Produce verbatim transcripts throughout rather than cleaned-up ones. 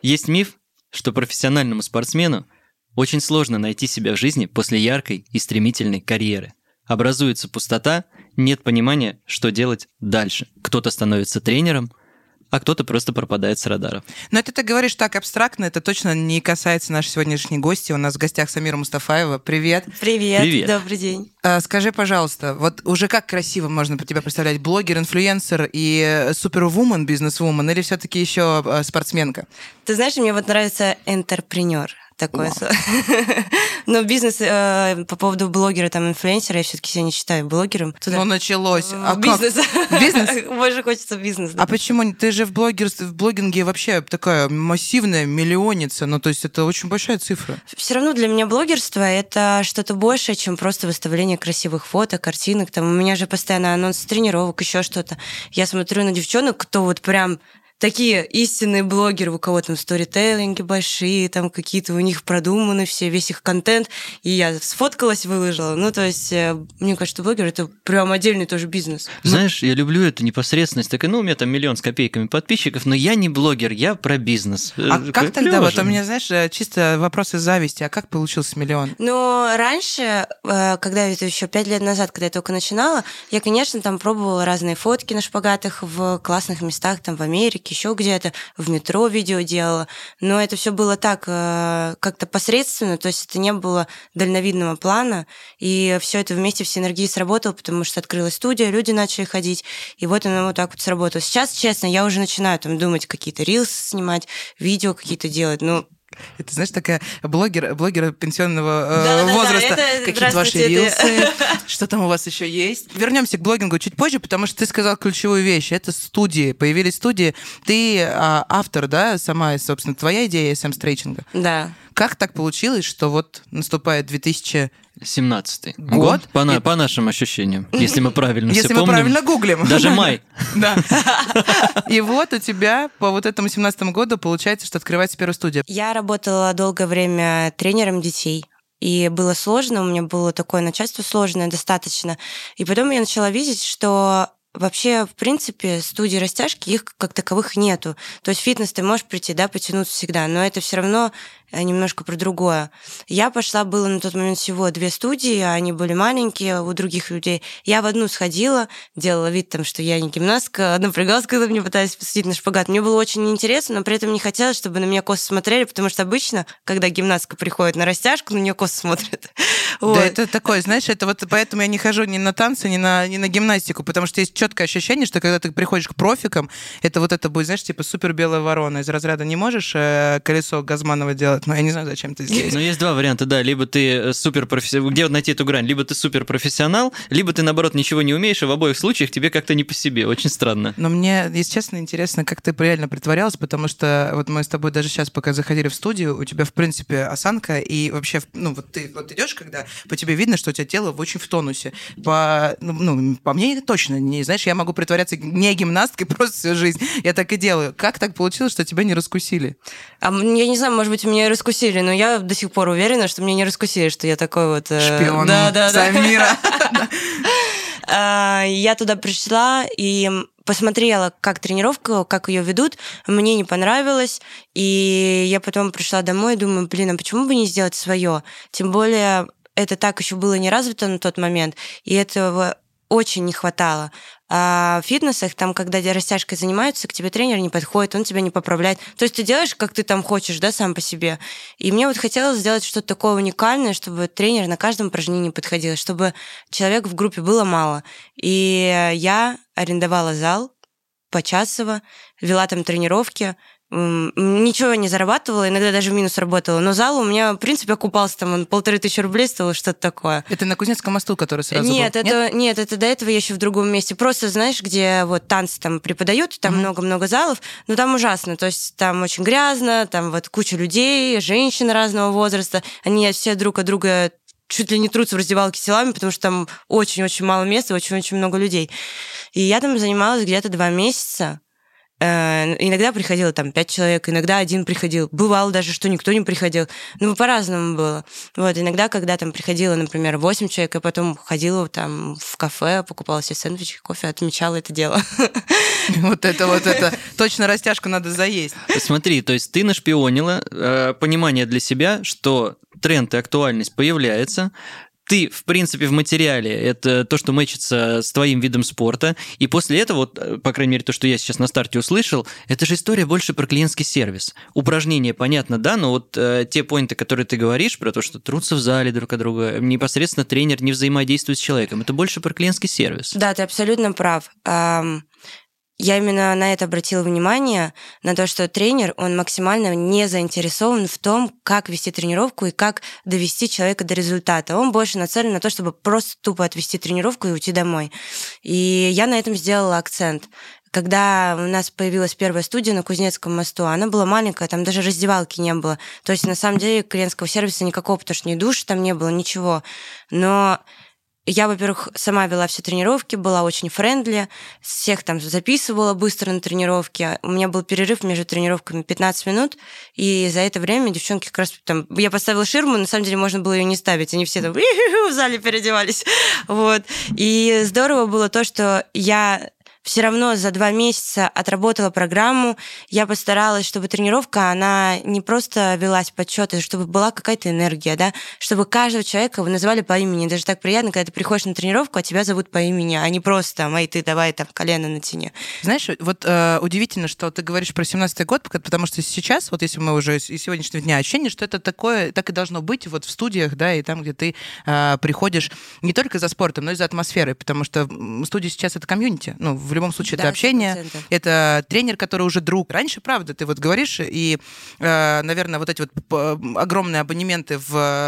Есть миф, что профессиональному спортсмену очень сложно найти себя в жизни после яркой и стремительной карьеры. Образуется пустота, нет понимания, что делать дальше. Кто-то становится тренером, а кто-то просто пропадает с радаров. Но это ты говоришь так абстрактно, это точно не касается нашей сегодняшней гости. У нас в гостях Самира Мустафаева. Привет. Привет, Привет. Добрый день. А, скажи, пожалуйста, вот уже как красиво можно тебя представлять? Блогер, инфлюенсер и супервумен, бизнесвумен, или все-таки еще спортсменка? Ты знаешь, мне вот нравится энтерпренер. Такое. Но бизнес э, по поводу блогера, там, инфлюенсера, я все-таки себя не считаю блогером. Туда... Ну, началось. А бизнес. Бизнес? Больше хочется бизнес. Да. А почему? Ты же в, блогер... в блогинге вообще такая массивная миллионница, ну, то есть это очень большая цифра. Все равно для меня блогерство — это что-то большее, чем просто выставление красивых фото, картинок. Там, у меня же постоянно анонсы тренировок, еще что-то. Я смотрю на девчонок, кто вот прям... Такие истинные блогеры, у кого там сторителлинги большие, там какие-то у них продуманы все, весь их контент, и я сфоткалась, выложила. Ну, то есть, мне кажется, что блогер — это прям отдельный тоже бизнес. Знаешь, я люблю эту непосредственность. Так, ну, у меня там миллион с копейками подписчиков, но я не блогер, я про бизнес. А К- как тогда? клёво Вот же. у меня, знаешь, чисто вопрос из зависти. А как получился миллион? Ну, раньше, когда это еще пять лет назад, когда я только начинала, я, конечно, там пробовала разные фотки на шпагатах в классных местах, там в Америке, еще где-то, в метро видео делала. Но это все было так, как-то посредственно, то есть это не было дальновидного плана, и все это вместе в синергии сработало, потому что открылась студия, люди начали ходить, и вот оно вот так вот сработало. Сейчас, честно, я уже начинаю там думать, какие-то рилсы снимать, видео какие-то делать, ну, Это, знаешь, такая блогер, блогер пенсионного э, Да, да, да, возраста. это- Какие-то ваши здравствуйте, рилсы, что там у вас еще есть. Вернемся к блогингу чуть позже, потому что ты сказал ключевую вещь. Это студии. Появились студии. Ты а, автор, да, сама, собственно, твоя идея эс эм-стрейчинга. да. Как так получилось, что вот наступает две тысячи семнадцатый год? По, на- И- по нашим ощущениям, если мы правильно все Если мы помним. правильно гуглим. Даже май. Да. И вот у тебя по вот этому семнадцатому году получается, что открывается первая студия. Я работала долгое время тренером детей. И было сложно, у меня было такое начальство сложное достаточно. И потом я начала видеть, что вообще, в принципе, студии растяжки, их как таковых нету. То есть в фитнес ты можешь прийти, да, потянуться всегда, но это все равно немножко про другое. Я пошла, было на тот момент всего две студии, они были маленькие у других людей. Я в одну сходила, делала вид, там, что я не гимнастка, напрягалась, когда мне пытались посадить на шпагат. Мне было очень интересно, но при этом не хотелось, чтобы на меня косо смотрели, потому что обычно, когда гимнастка приходит на растяжку, на нее косо смотрят. Вот. Да, это такое, знаешь, это вот поэтому я не хожу ни на танцы, ни на, ни на гимнастику, потому что есть четкое ощущение, что когда ты приходишь к профикам, это вот это будет, знаешь, типа супер белая ворона из разряда не можешь э, колесо Газманова делать, но я не знаю, зачем ты здесь. Ну, есть два варианта, да. Либо ты суперпрофессионал, где вот найти эту грань? Либо ты суперпрофессионал, либо ты, наоборот, ничего не умеешь, и в обоих случаях тебе как-то не по себе. Очень странно. Но мне, если честно, интересно, как ты реально притворялась, потому что вот мы с тобой даже сейчас, пока заходили в студию, у тебя, в принципе, осанка, и вообще, ну, вот ты вот идешь, когда по тебе видно, что у тебя тело очень в тонусе. По, ну, по мне точно не, знаешь, я могу притворяться не гимнасткой просто всю жизнь. Я так и делаю. Как так получилось, что тебя не раскусили? А я не знаю, может быть, меня и раскусили, но я до сих пор уверена, что меня не раскусили, что я такой вот... э, Шпион да, да, да. Самира. А, Я туда пришла и посмотрела, как тренировка, как ее ведут. Мне не понравилось. И я потом пришла домой и думаю, блин, а почему бы не сделать свое? Тем более это так еще было не развито на тот момент, и этого очень не хватало. А в фитнесах, там, когда растяжкой занимаются, к тебе тренер не подходит, он тебя не поправляет. То есть ты делаешь, как ты там хочешь, да, сам по себе. И мне вот хотелось сделать что-то такое уникальное, чтобы тренер на каждом упражнении подходил, чтобы человек в группе было мало. И я арендовала зал почасово, вела там тренировки, ничего не зарабатывала, иногда даже в минус работала, но зал у меня, в принципе, окупался, там он полторы тысячи рублей стоил, что-то такое. Это на Кузнецком мосту, который сразу Нет, был? это, нет? нет, это до этого я еще в другом месте. Просто, знаешь, где вот танцы там преподают, там mm-hmm. много-много залов, но там ужасно, то есть там очень грязно, там вот куча людей, женщин разного возраста, они все друг от друга чуть ли не трутся в раздевалке телами, потому что там очень-очень мало места, очень-очень много людей. И я там занималась где-то два месяца, Иногда приходило там пять человек, иногда один приходил. Бывало даже, что никто не приходил. Ну, по-разному было. Вот, иногда, когда там приходило, например, восемь человек, я потом ходила там в кафе, покупала себе сэндвичи, кофе, отмечала это дело. Вот это вот это. Точно растяжку надо заесть. Смотри, то есть ты нашпионила, понимание для себя, что тренд и актуальность появляется, ты, в принципе, в материале, это то, что мэчится с твоим видом спорта, и после этого, вот, по крайней мере, то, что я сейчас на старте услышал, это же история больше про клиентский сервис. Упражнения, понятно, да, но вот э, те поинты, которые ты говоришь, про то, что трутся в зале друг от друга, непосредственно тренер не взаимодействует с человеком, это больше про клиентский сервис. Да, ты абсолютно прав. Я именно на это обратила внимание, на то, что тренер, он максимально не заинтересован в том, как вести тренировку и как довести человека до результата. Он больше нацелен на то, чтобы просто тупо отвести тренировку и уйти домой. И я на этом сделала акцент. Когда у нас появилась первая студия на Кузнецком мосту, она была маленькая, там даже раздевалки не было. То есть, на самом деле, клиентского сервиса никакого, потому что ни душа там не было, ничего. Но я, во-первых, сама вела все тренировки, была очень френдли, всех там записывала быстро на тренировки. У меня был перерыв между тренировками пятнадцать минут, и за это время девчонки как раз там... Я поставила ширму, на самом деле можно было ее не ставить, они все там в зале переодевались. Вот. И здорово было то, что я все равно за два месяца отработала программу. Я постаралась, чтобы тренировка, она не просто велась подсчеты, чтобы была какая-то энергия, да, чтобы каждого человека вы называли по имени. Даже так приятно, когда ты приходишь на тренировку, а тебя зовут по имени, а не просто там, эй, ты давай там колено натяни. Знаешь, вот э, удивительно, что ты говоришь про семнадцатый год, потому что сейчас, вот если мы уже из сегодняшнего дня, ощущение, что это такое, так и должно быть вот в студиях, да, и там, где ты э, приходишь не только за спортом, но и за атмосферой, потому что студия сейчас это комьюнити, ну, в любом случае, да, это общение, сто процентов. Это тренер, который уже друг. Раньше, правда, ты вот говоришь, и, э, наверное, вот эти вот огромные абонементы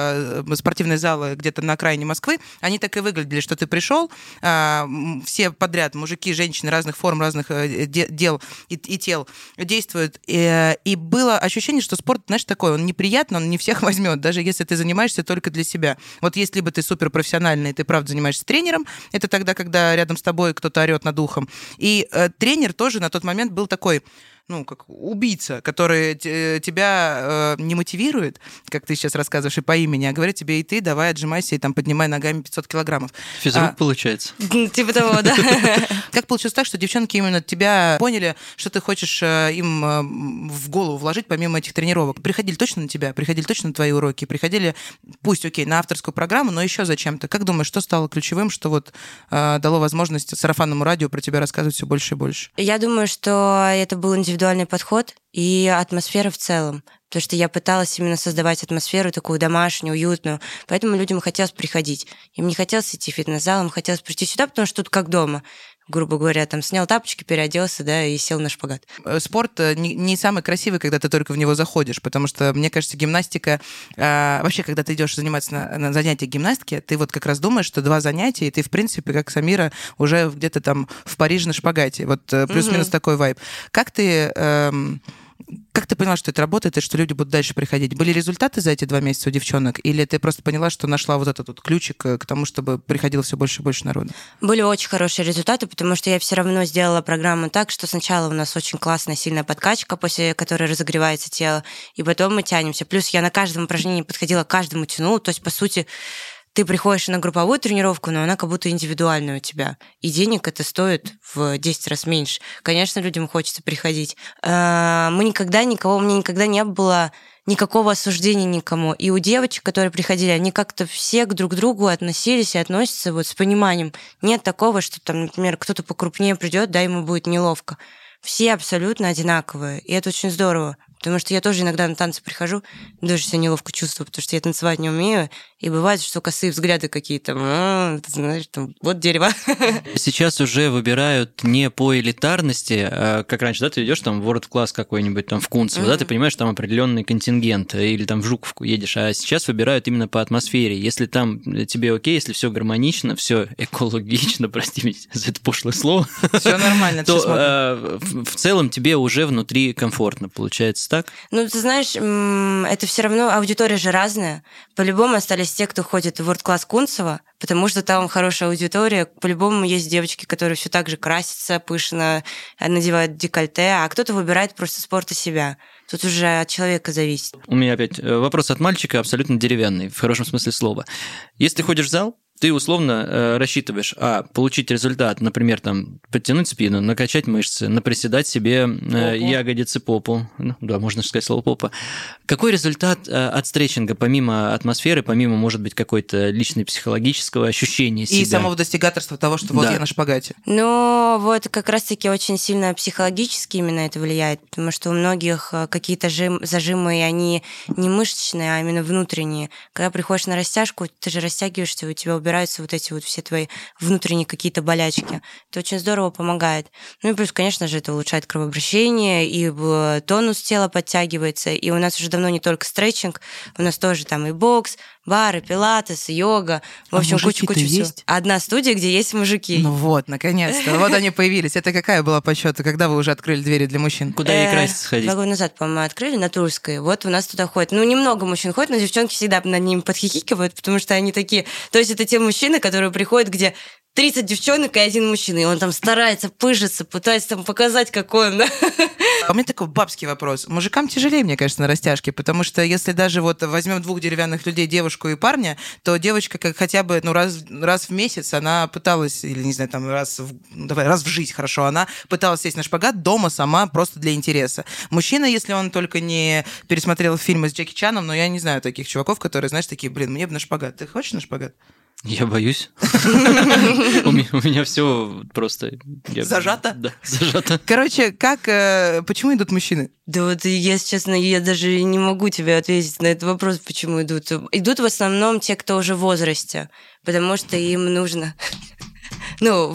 в спортивные залы где-то на окраине Москвы, они так и выглядели, что ты пришел, э, все подряд, мужики, женщины разных форм, разных дел и, и тел действуют, и, и было ощущение, что спорт, знаешь, такой, он неприятный, он не всех возьмет, даже если ты занимаешься только для себя. Вот если либо ты суперпрофессиональный, и ты, правда, занимаешься тренером, это тогда, когда рядом с тобой кто-то орет над ухом. И э, тренер тоже на тот момент был такой, ну, как убийца, который т- тебя э, не мотивирует, как ты сейчас рассказываешь, и по имени, а говорит тебе, и ты давай отжимайся и там поднимай ногами пятьсот килограммов. Физрук а, получается. Типа того, да. Как получилось так, что девчонки именно тебя поняли, что ты хочешь им в голову вложить помимо этих тренировок? Приходили точно на тебя? Приходили точно на твои уроки? Приходили, пусть, окей, на авторскую программу, но еще зачем-то? Как думаешь, что стало ключевым, что вот э, дало возможность сарафанному радио про тебя рассказывать все больше и больше? Я думаю, что это был индивидуальный подход и атмосфера в целом. Потому что я пыталась именно создавать атмосферу такую домашнюю, уютную. Поэтому людям хотелось приходить. Им не хотелось идти в фитнес-зал, им хотелось прийти сюда, потому что тут как дома. Грубо говоря, там снял тапочки, переоделся, да, и сел на шпагат. Спорт не, не самый красивый, когда ты только в него заходишь, потому что, мне кажется, гимнастика... Э, вообще, когда ты идешь заниматься на, на занятиях гимнастики, ты вот как раз думаешь, что два занятия, и ты, в принципе, как Самира, уже где-то там в Париже на шпагате. Вот плюс-минус угу. такой вайб. Как ты... Э, Как ты поняла, что это работает и что люди будут дальше приходить? Были результаты за эти два месяца у девчонок? Или ты просто поняла, что нашла вот этот вот ключик к тому, чтобы приходило все больше и больше народу? Были очень хорошие результаты, потому что я все равно сделала программу так, что сначала у нас очень классная, сильная подкачка, после которой разогревается тело, и потом мы тянемся. Плюс я на каждом упражнении подходила, каждому тянула. То есть, по сути, ты приходишь на групповую тренировку, но она как будто индивидуальная у тебя. И денег это стоит в десять раз меньше. Конечно, людям хочется приходить. Мы никогда никого, у меня никогда не было никакого осуждения никому. И у девочек, которые приходили, они как-то все друг к другу относились и относятся вот с пониманием. Нет такого, что там, например, кто-то покрупнее придет, да, ему будет неловко. Все абсолютно одинаковые. И это очень здорово. Потому что я тоже иногда на танцы прихожу, даже себя неловко чувствую, потому что я танцевать не умею. И бывает, что косые взгляды какие-то. А, ты знаешь, там, вот дерево. Сейчас уже выбирают не по элитарности, а как раньше, да, ты идешь там в World Class какой-нибудь, там в Кунцево, mm-hmm. да, ты понимаешь, там определенный контингент, или там в Жуковку едешь, а сейчас выбирают именно по атмосфере. Если там тебе окей, если все гармонично, все экологично, прости меня за это пошлое слово, все нормально, то в целом тебе уже внутри комфортно, получается. так? Ну, ты знаешь, это все равно аудитория же разная. По-любому остались те, кто ходит в World Class Кунцево, потому что там хорошая аудитория. По-любому есть девочки, которые все так же красятся пышно, надевают декольте, а кто-то выбирает просто спорт и себя. Тут уже от человека зависит. У меня опять вопрос от мальчика абсолютно деревянный, в хорошем смысле слова. Если ты ходишь в зал, ты условно э, рассчитываешь, а, получить результат, например, там, подтянуть спину, накачать мышцы, наприседать себе э, ягодицы, попу. Ну, да, можно сказать слово попа. Какой результат э, от стретчинга, помимо атмосферы, помимо, может быть, какой-то личной психологического ощущения себя? И самого достигаторства того, что вот да. я на шпагате. Ну, вот как раз-таки очень сильно психологически именно это влияет, потому что у многих какие-то жим, зажимы, и они не мышечные, а именно внутренние. Когда приходишь на растяжку, ты же растягиваешься, у тебя убираются вот эти вот все твои внутренние какие-то болячки. Это очень здорово помогает. Ну и плюс, конечно же, это улучшает кровообращение, и тонус тела подтягивается. И у нас уже давно не только стретчинг, у нас тоже там и бокс, бары, пилатес, йога. В общем, а куча-куча всего. Есть? Одна студия, где есть мужики. Ну вот, наконец-то. Вот они появились. Это какая была по счету? Когда вы уже открыли двери для мужчин? Куда ей краситься ходить? Два года назад, по-моему, открыли на Тульской. Вот у нас туда ходит. Ну, немного мужчин ходит, но девчонки всегда над ними подхихикивают, потому что они такие... То есть это те мужчины, которые приходят, где тридцать девчонок и один мужчина, и он там старается, пыжится, пытается там показать, какой он, да? А у меня такой бабский вопрос. Мужикам тяжелее, мне кажется, на растяжке, потому что если даже вот возьмем двух деревянных людей, девушку и парня, то девочка как хотя бы ну, раз, раз в месяц она пыталась, или не знаю, там раз в, давай, раз в жизнь, хорошо, она пыталась сесть на шпагат дома сама просто для интереса. Мужчина, если он только не пересмотрел фильмы с Джеки Чаном, но я не знаю таких чуваков, которые, знаешь, такие, блин, мне бы на шпагат. Ты хочешь на шпагат? Я боюсь. У меня все просто... Зажато? Да, зажато. Короче, как... Почему идут мужчины? Да вот, если честно, я даже не могу тебе ответить на этот вопрос, почему идут. Идут в основном те, кто уже в возрасте, потому что им нужно... Ну,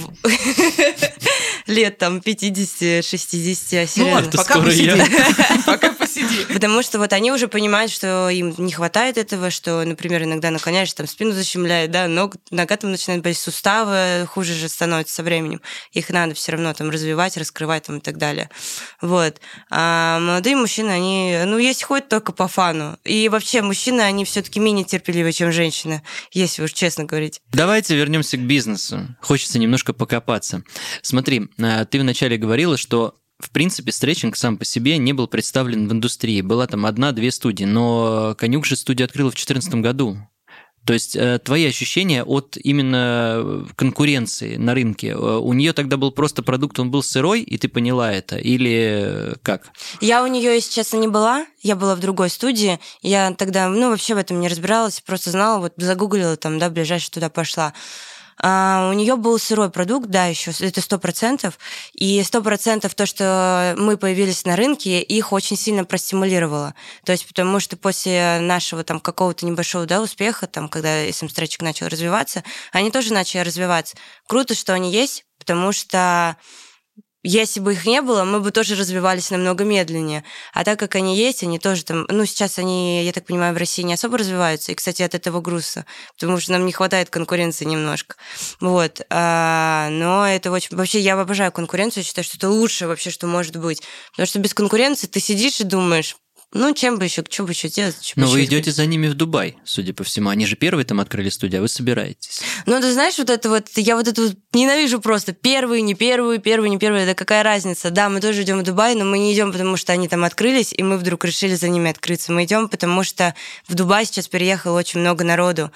лет там пятьдесят шестьдесят, ну ладно, пока посиди. Пока посиди. Потому что вот они уже понимают, что им не хватает этого, что, например, иногда наклоняешься, там спину защемляет, да, ног, нога там начинает болеть, суставы хуже же становятся со временем. Их надо все равно там развивать, раскрывать там и так далее. Вот. А молодые мужчины, они, ну, есть ходят только по фану. И вообще мужчины, они все-таки менее терпеливы, чем женщины, если уж честно говорить. Давайте вернемся к бизнесу. Хочется немножко покопаться. Смотри, ты вначале говорила, что в принципе стретчинг сам по себе не был представлен в индустрии. Была там одна-две студии, но Конюк же студию открыла в две тысячи четырнадцатом году. То есть твои ощущения от именно конкуренции на рынке, у нее тогда был просто продукт, он был сырой, и ты поняла это, или как? Я у нее, если честно, не была, я была в другой студии, я тогда, ну, вообще в этом не разбиралась, просто знала, вот загуглила там, да, ближайшее туда пошла. Uh, у нее был сырой продукт, да, еще это сто процентов, и сто процентов то, что мы появились на рынке, их очень сильно простимулировало. То есть потому что после нашего там какого-то небольшого, да, успеха, там, когда эс эм-стретчик начал развиваться, они тоже начали развиваться. Круто, что они есть, потому что если бы их не было, мы бы тоже развивались намного медленнее. А так как они есть, они тоже там... Ну, сейчас они, я так понимаю, в России не особо развиваются. И, кстати, от этого грустно, потому что нам не хватает конкуренции немножко. Вот. А, но это очень... Вообще, я обожаю конкуренцию, считаю, что это лучшее вообще, что может быть. Потому что без конкуренции ты сидишь и думаешь... Ну, чем бы еще, что бы еще делать? Но вы идете за ними в Дубай, судя по всему. Они же первые там открыли студию, а вы собираетесь. Ну, ты знаешь, вот это вот, я вот это вот ненавижу просто. Первые, не первые, первые, не первые. Да какая разница? Да, мы тоже идем в Дубай, но мы не идем, потому что они там открылись, и мы вдруг решили за ними открыться. Мы идем, потому что в Дубай сейчас переехало очень много народу,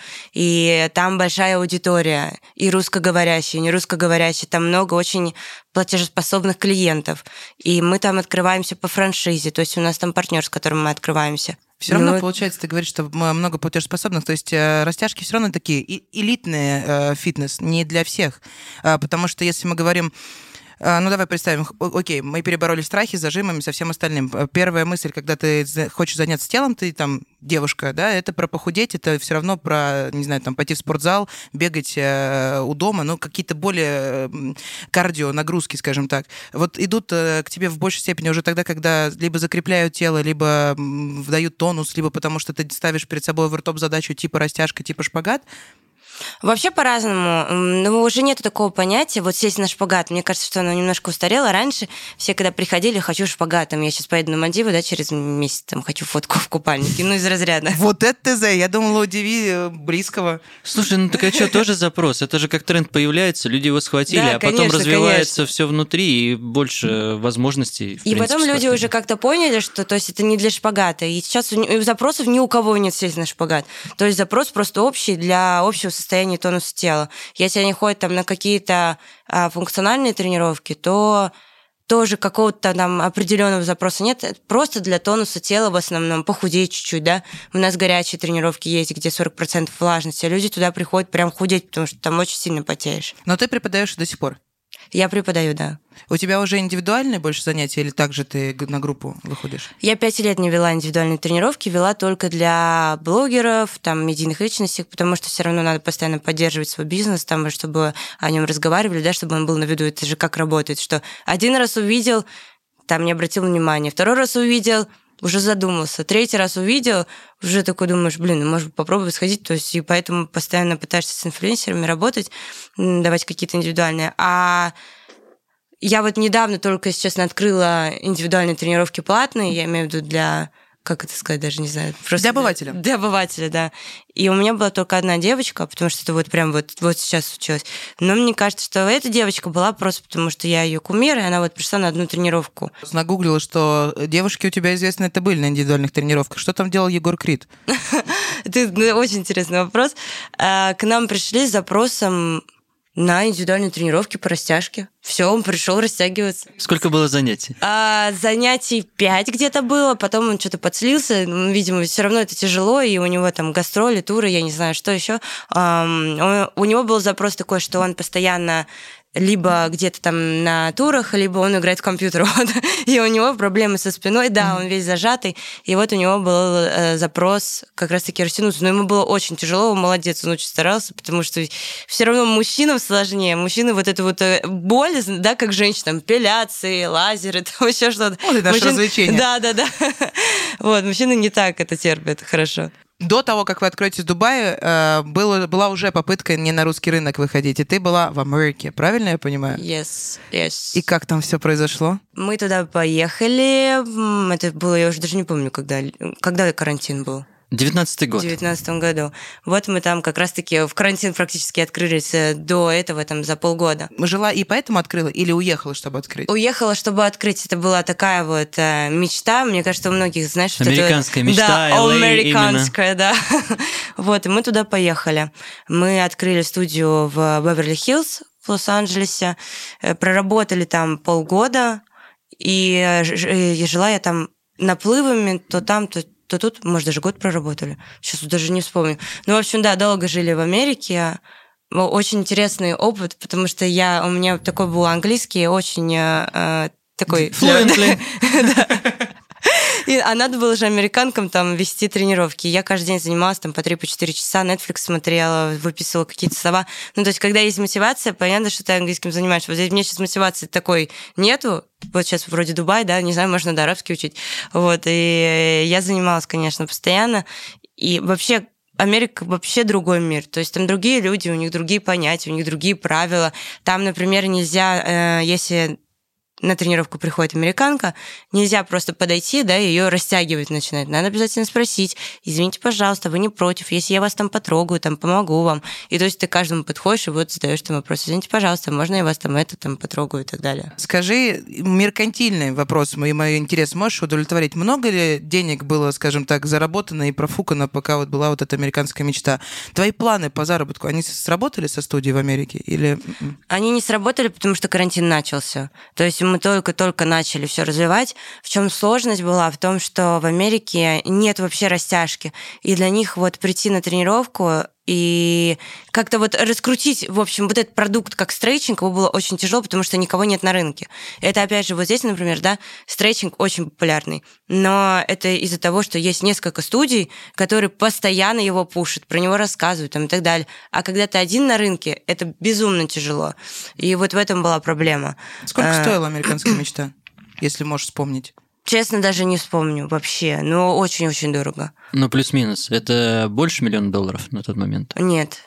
и там большая аудитория, и русскоговорящие, и не русскоговорящие. Там много очень платежеспособных клиентов. И мы там открываемся по франшизе, то есть у нас там партнер, с которым мы открываемся. Все равно, ну, получается, ты говоришь, что много платежеспособных, то есть э, растяжки все равно такие и, элитные э, фитнес, не для всех. А, потому что если мы говорим... Ну, давай представим, окей, мы перебороли страхи с зажимами, со всем остальным. Первая мысль, когда ты хочешь заняться телом, ты там девушка, да, это про похудеть, это все равно про, не знаю, там, пойти в спортзал, бегать э, у дома, ну, какие-то более кардио нагрузки, скажем так. Вот идут э, к тебе в большей степени уже тогда, когда либо закрепляют тело, либо дают тонус, либо потому что ты ставишь перед собой в топ задачу типа растяжка, типа шпагат. Вообще по-разному. Ну, уже нету такого понятия, вот сесть на шпагат. Мне кажется, что оно немножко устарело. Раньше все, когда приходили, хочу шпагатом. Я сейчас поеду на Мальдивы, да, через месяц, там, хочу фотку в купальнике. Ну, из разряда. Вот это ТЗ. Я думала, удиви близкого. Слушай, ну так а что, тоже запрос? Это же как тренд появляется, люди его схватили, Да, а потом конечно, развивается все внутри и больше возможностей. в И принципе, потом люди спортивных. уже как-то поняли, что то есть это не для шпагата. И сейчас у ни- запросов ни у кого нет сесть на шпагат. То есть запрос просто общий для общего состояния тонуса тела. Если они ходят там на какие-то а, функциональные тренировки, то тоже какого-то там определенного запроса нет. Это просто для тонуса тела в основном, похудеть чуть-чуть, да. У нас горячие тренировки есть, где сорок процентов влажности, а люди туда приходят прям худеть, потому что там очень сильно потеешь. Но ты преподаешь до сих пор. Я преподаю, да. У тебя уже индивидуальные больше занятия или также ты г- на группу выходишь? Я пять лет не вела индивидуальные тренировки, вела только для блогеров, там, медийных личностей, потому что все равно надо постоянно поддерживать свой бизнес, там, чтобы о нем разговаривали, да, чтобы он был на виду. Это же как работает, что один раз увидел, там, не обратил внимания, второй раз увидел, уже задумался, третий раз увидел, уже такой думаешь, блин, ну, может быть, попробовать сходить, то есть и поэтому постоянно пытаешься с инфлюенсерами работать, м, давать какие-то индивидуальные. А я вот недавно только, если честно, открыла индивидуальные тренировки платные, я имею в виду для, как это сказать, даже не знаю. Просто Для обывателя. Для обывателя, да. И у меня была только одна девочка, потому что это вот прям вот, вот сейчас случилось. Но мне кажется, что эта девочка была просто потому, что я ее кумир, и она вот пришла на одну тренировку. Нагуглила, что девушки у тебя известны это были на индивидуальных тренировках. Что там делал Егор Крид? Это очень интересный вопрос. А, К нам пришли с запросом на индивидуальные тренировки по растяжке. Все, он пришел растягиваться. Сколько было занятий? А, занятий пять где-то было, потом он что-то подслился, ну, видимо, все равно это тяжело, и у него там гастроли, туры, я не знаю, что еще. У него был запрос такой, что он постоянно либо где-то там на турах, либо он играет в компьютер. Вот. И у него проблемы со спиной, да, он весь зажатый. И вот у него был э, запрос как раз-таки растянуться. Но ему было очень тяжело, он молодец, он очень старался, потому что все равно мужчинам сложнее. Мужчины вот эту вот э, боль, да, как женщины, там, эпиляции, лазеры, там еще что-то. Вот и наше Мужчин- развлечение. Да, да, да. Вот, мужчины не так это терпят, хорошо. До того, как вы откроетесь в Дубае, э, было, была уже попытка не на русский рынок выходить, и ты была в Америке, правильно я понимаю? Yes, yes. И как там все произошло? Мы туда поехали. М, Это было, я уже даже не помню, когда, когда карантин был. девятнадцатый В год. девятнадцатом году. Вот мы там как раз-таки в карантин практически открылись э, до этого, там, за полгода. Жила и поэтому открыла или уехала, чтобы открыть? Уехала, чтобы открыть. Это была такая вот э, мечта. Мне кажется, у многих, знаешь... вот это вот- Американская мечта, Да, Л А американская, да. Вот, и мы туда поехали. Мы открыли студию в Беверли-Хиллз в Лос-Анджелесе, э, проработали там полгода, и э, ж- э, жила я там наплывами, то там, то то тут, может, даже год проработали. Сейчас даже не вспомню. Ну, в общем, да, долго жили в Америке. Очень интересный опыт, потому что я, у меня такой был английский, очень э, такой... Fluently. Да. И, а надо было же американкам там вести тренировки. Я каждый день занималась там по три-четыре часа, Netflix смотрела, выписывала какие-то слова. Ну, то есть, когда есть мотивация, понятно, что ты английским занимаешься. Вот здесь мне сейчас мотивации такой нету. Вот сейчас вроде Дубай, да, не знаю, можно до арабский учить. Вот, и я занималась, конечно, постоянно. И вообще Америка вообще другой мир. То есть там другие люди, у них другие понятия, у них другие правила. Там, например, нельзя, э, если на тренировку приходит американка, нельзя просто подойти, да, и ее растягивать начинать. Надо обязательно спросить: извините, пожалуйста, вы не против, если я вас там потрогаю, там помогу вам. И то есть ты каждому подходишь и вот задаешь там вопрос: извините, пожалуйста, можно я вас там это там потрогаю и так далее. Скажи, меркантильный вопрос, мой, мой интерес можешь удовлетворить? Много ли денег было, скажем так, заработано и профукано, пока вот была вот эта американская мечта? Твои планы по заработку, они сработали со студией в Америке? Или... Они не сработали, потому что карантин начался. То есть мы только-только начали все развивать. В чем сложность была? В том, что в Америке нет вообще растяжки. И для них вот прийти на тренировку и как-то вот раскрутить, в общем, вот этот продукт как стретчинг, его было очень тяжело, потому что никого нет на рынке. Это, опять же, вот здесь, например, да, стретчинг очень популярный. Но это из-за того, что есть несколько студий, которые постоянно его пушат, про него рассказывают там, и так далее. А когда ты один на рынке, это безумно тяжело. И вот в этом была проблема. Сколько А, стоила американская мечта, если можешь вспомнить? Честно, даже не вспомню вообще, но очень-очень дорого. Ну, плюс-минус. Это больше миллиона долларов на тот момент? Нет,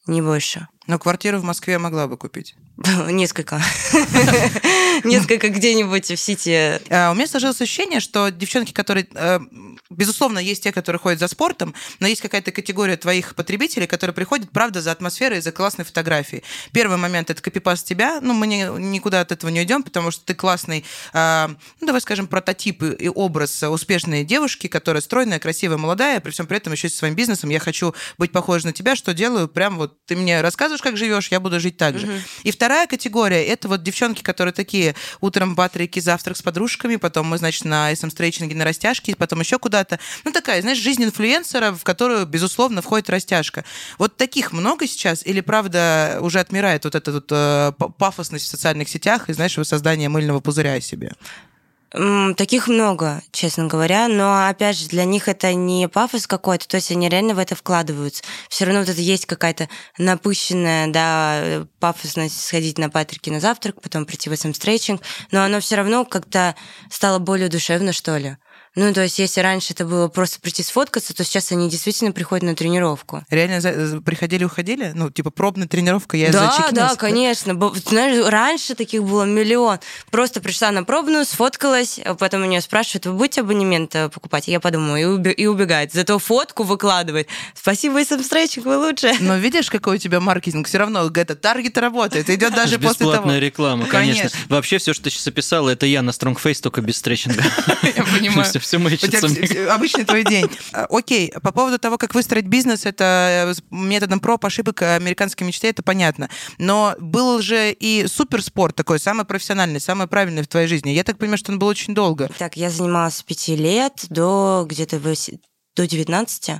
не больше. Но квартиру в Москве могла бы купить. Несколько. Несколько где-нибудь в Сити. У меня сложилось ощущение, что девчонки, которые... Безусловно, есть те, которые ходят за спортом, но есть какая-то категория твоих потребителей, которые приходят, правда, за атмосферой и за классной фотографией. Первый момент — это копипаст тебя. Ну, мы не, никуда от этого не уйдем, потому что ты классный, э, ну, давай скажем, прототип и образ успешной девушки, которая стройная, красивая, молодая, при всем при этом еще и со своим бизнесом. Я хочу быть похожа на тебя, что делаю? Прям вот ты мне рассказываешь, как живешь, я буду жить так же. Uh-huh. И вторая категория — это вот девчонки, которые такие: утром батарейки, завтрак с подружками, потом мы, значит, на эс эм-стрейчинге, на растяжке, потом еще куда-то. Ну, такая, знаешь, жизнь инфлюенсера, в которую, безусловно, входит растяжка. Вот таких много сейчас? Или, правда, уже отмирает вот эта вот э, пафосность в социальных сетях и, знаешь, воссоздание мыльного пузыря о себе? Таких много, честно говоря, но, опять же, для них это не пафос какой-то, то есть они реально в это вкладываются. Все равно вот это есть какая-то напыщенная, да, пафосность сходить на Патрики на завтрак, потом прийти в эс эм-стрейчинг, но оно все равно как-то стало более душевно, что ли. Ну, то есть, если раньше это было просто прийти сфоткаться, то сейчас они действительно приходят на тренировку. Реально за... приходили-уходили? Ну, типа пробная тренировка, я да, зачекинилась? Да, конечно. Знаешь, раньше таких было миллион. Просто пришла на пробную, сфоткалась, а потом меня спрашивают: вы будете абонемент покупать? Я подумаю, и, уби- и убегает. Зато фотку выкладывает. Спасибо, эс эм-стрейчинг, вы лучше. Но видишь, какой у тебя маркетинг? Все равно это таргет работает. Идет даже после того. Бесплатная реклама, конечно. Вообще, все, что ты сейчас описала, это я на Strong Face, только без стретчинга. Я понимаю. Все мэчится. Обычный твой день. Окей, по поводу того, как выстроить бизнес, это методом проб, ошибок, американской мечты, это понятно. Но был же и суперспорт такой, самый профессиональный, самый правильный в твоей жизни. Я так понимаю, что он был очень долго. Так, я занималась с пяти лет до где-то до девятнадцати.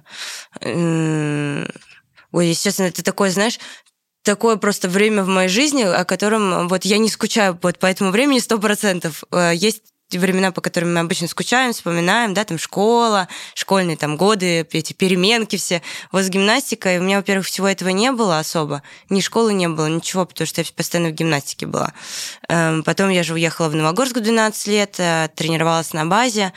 Ой, естественно, это такое, знаешь, такое просто время в моей жизни, о котором вот я не скучаю вот по этому времени сто процентов. Есть времена, по которым мы обычно скучаем, вспоминаем, да, там школа, школьные там годы, эти переменки все. Вот с гимнастикой у меня, во-первых, всего этого не было особо. Ни школы не было, ничего, потому что я постоянно в гимнастике была. Потом я же уехала в Новогорск в двенадцать лет, тренировалась на базе.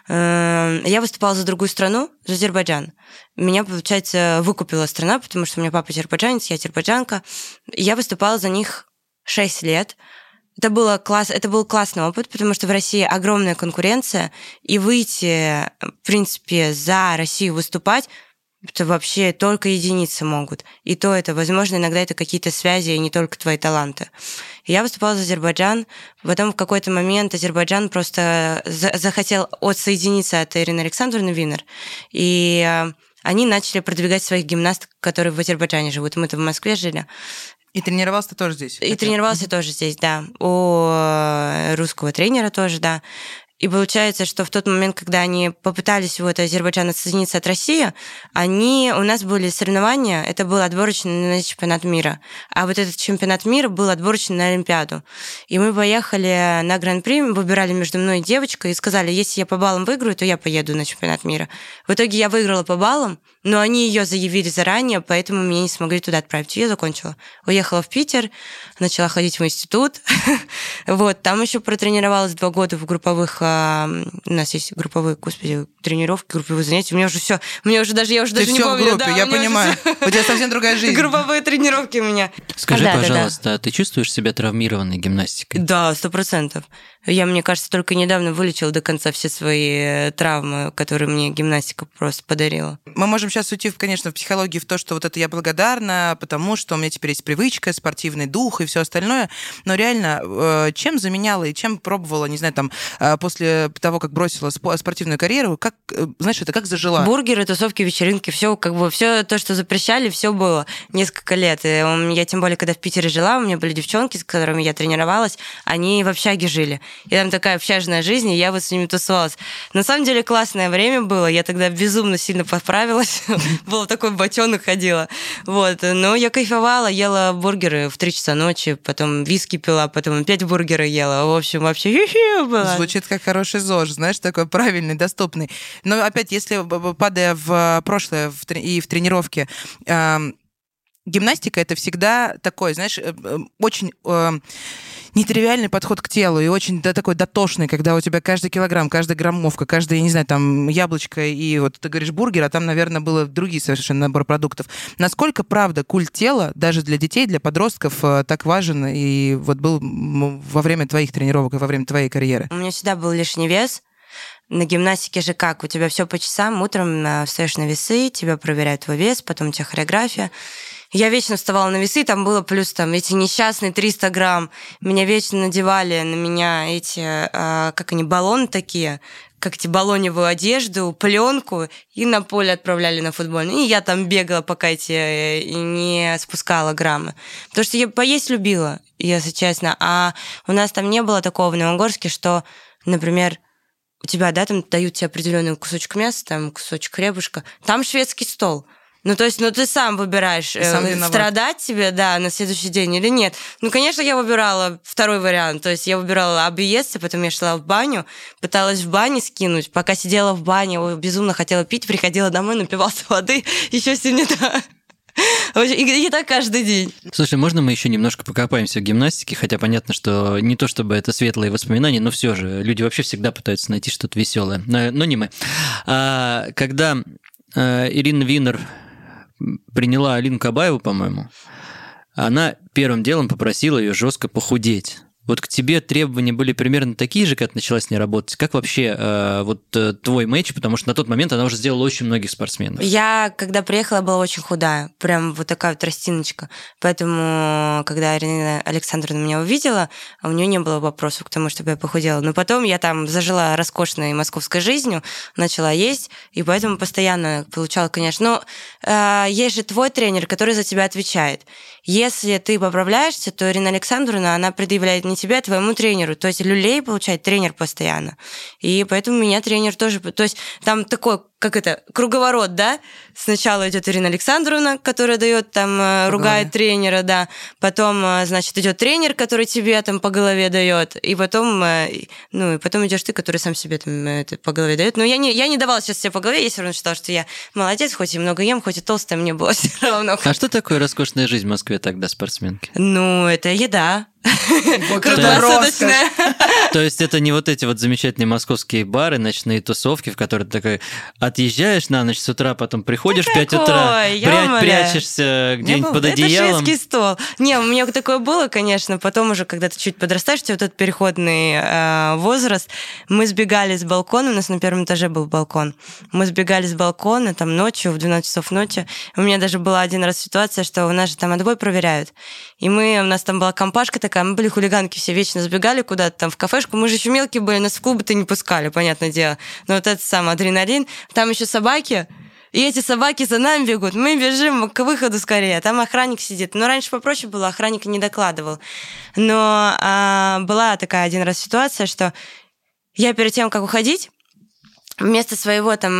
Я выступала за другую страну, за Азербайджан. Меня, получается, выкупила страна, потому что у меня папа азербайджанец, я азербайджанка. Я выступала за них шесть лет. Это, было класс, это был классный опыт, потому что в России огромная конкуренция, и выйти, в принципе, за Россию выступать, это вообще только единицы могут. И то это, возможно, иногда это какие-то связи, и не только твои таланты. Я выступала за Азербайджан, потом в какой-то момент Азербайджан просто захотел отсоединиться от Ирины Александровны Винер, и они начали продвигать своих гимнасток, которые в Азербайджане живут. Мы-то в Москве жили. И тренировался ты тоже здесь? И тренировался тоже здесь, да. У русского тренера тоже, да. И получается, что в тот момент, когда они попытались вот Азербайджан отсоединиться от России, они, у нас были соревнования, это был отборочный на чемпионат мира. А вот этот чемпионат мира был отборочный на Олимпиаду. И мы поехали на Гран-при, выбирали между мной и девочкой, и сказали: если я по баллам выиграю, то я поеду на чемпионат мира. В итоге я выиграла по баллам, но они ее заявили заранее, поэтому меня не смогли туда отправить. Я закончила. Уехала в Питер, начала ходить в институт. Вот, там еще протренировалась два года в групповых. У нас есть групповые, господи, тренировки, групповые занятия. У меня уже все, у меня уже даже, я уже Ты даже не помню. В группе, да, я понимаю. У тебя совсем другая жизнь. Групповые тренировки у меня. Скажи, да, пожалуйста, да, да. а ты чувствуешь себя травмированной гимнастикой? Да, сто процентов. Я, мне кажется, только недавно вылечила до конца все свои травмы, которые мне гимнастика просто подарила. Мы можем сейчас уйти, конечно, в психологию, в то, что вот это я благодарна, потому что у меня теперь есть привычка, спортивный дух и все остальное. Но реально, чем заменяла и чем пробовала, не знаю, там, после того, как бросила спортивную карьеру, как, знаешь, это как зажила? Бургеры, тусовки, вечеринки, все как бы, все то, что запрещали, все было несколько лет. И я, тем более, когда в Питере жила, у меня были девчонки, с которыми я тренировалась, они в общаге жили. И там такая общажная жизнь, и я вот с ними тусовалась. На самом деле классное время было, я тогда безумно сильно поправилась, было такой ботёнок ходила. Вот. Но я кайфовала, ела бургеры в три часа ночи, потом виски пила, потом опять бургеры ела. В общем, вообще было. Звучит как хороший ЗОЖ, знаешь, такой правильный, доступный. Но опять, если падая в прошлое и в тренировке, гимнастика — это всегда такой, знаешь, очень э, нетривиальный подход к телу и очень да, такой дотошный, когда у тебя каждый килограмм, каждая граммовка, каждая, я не знаю, там, яблочко и вот ты говоришь бургер, а там, наверное, было другие совершенно набор продуктов. Насколько, правда, культ тела даже для детей, для подростков так важен и вот был во время твоих тренировок и во время твоей карьеры? У меня всегда был лишний вес. На гимнастике же как? У тебя все по часам, утром встаешь на весы, тебя проверяют твой вес, потом у тебя хореография. Я вечно вставала на весы, там было плюс там эти несчастные триста грамм. Меня вечно надевали на меня эти, э, как они, баллоны такие, как эти баллоневую одежду, пленку, и на поле отправляли на футбольный. И я там бегала, пока эти э, не спускала граммы. Потому что я поесть любила, если честно. А у нас там не было такого в Новогорске, что, например, у тебя, да, там дают тебе определенный кусочек мяса, там кусочек хлебушка, там шведский стол. Ну, то есть, ну, ты сам выбираешь, сам э, страдать тебе, да, на следующий день или нет. Ну, конечно, я выбирала второй вариант. То есть я выбирала объесться, потом я шла в баню, пыталась в бане скинуть. Пока сидела в бане, безумно хотела пить, приходила домой, напивалась воды, еще сильнее, да. И, и так каждый день. Слушай, можно мы еще немножко покопаемся в гимнастике? Хотя понятно, что не то чтобы это светлые воспоминания, но все же люди вообще всегда пытаются найти что-то веселое. Но, но не мы. А, когда а, Ирина Винер приняла Алину Кабаеву, по-моему, она первым делом попросила ее жестко похудеть. Вот к тебе требования были примерно такие же, как начала с ней работать? Как вообще э, вот э, твой матч? Потому что на тот момент она уже сделала очень многих спортсменов. Я, когда приехала, была очень худая. Прям вот такая вот тростиночка. Поэтому, когда Ирина Александровна меня увидела, у нее не было вопросов к тому, чтобы я похудела. Но потом я там зажила роскошной московской жизнью, начала есть, и поэтому постоянно получала, конечно. Но э, есть же твой тренер, который за тебя отвечает. Если ты поправляешься, то Ирина Александровна, она предъявляет не тебе, а твоему тренеру. То есть люлей получает тренер постоянно. И поэтому меня тренер тоже... То есть там такой, как это, круговорот, да? Сначала идет Ирина Александровна, которая дает там, по ругает голове. Тренера, да. Потом, значит, идет тренер, который тебе там по голове дает. И потом, ну, и потом идешь ты, который сам себе там это, по голове дает. Но я не, я не давала сейчас себе по голове, я все равно считала, что я молодец, хоть и много ем, хоть и толстая, мне было все равно. А что такое роскошная жизнь в Москве тогда, спортсменки? Ну, это еда. Круглосуточная. То есть это не вот эти вот замечательные московские бары, ночные тусовки, в которые ты такой отъезжаешь на ночь с утра, потом приходишь в пять утра, прячешься где-нибудь под одеялом. Это шведский стол. Не, у меня такое было, конечно, потом уже, когда ты чуть подрастаешь, у тебя вот этот переходный э, возраст, мы сбегали с балкона, у нас на первом этаже был балкон, мы сбегали с балкона там ночью, в двенадцать часов ночи, у меня даже была один раз ситуация, что у нас же там отбой проверяют, и мы, у нас там была компашка такая, мы были хулиганки, все вечно сбегали куда-то там в кафешку, мы же еще мелкие были, нас в клубы-то не пускали, понятное дело, но вот этот самый адреналин, там еще собаки, и эти собаки за нами бегут, мы бежим к выходу скорее, там охранник сидит, но раньше попроще было, охранник не докладывал, но а, была такая один раз ситуация, что я перед тем, как уходить, вместо своего там,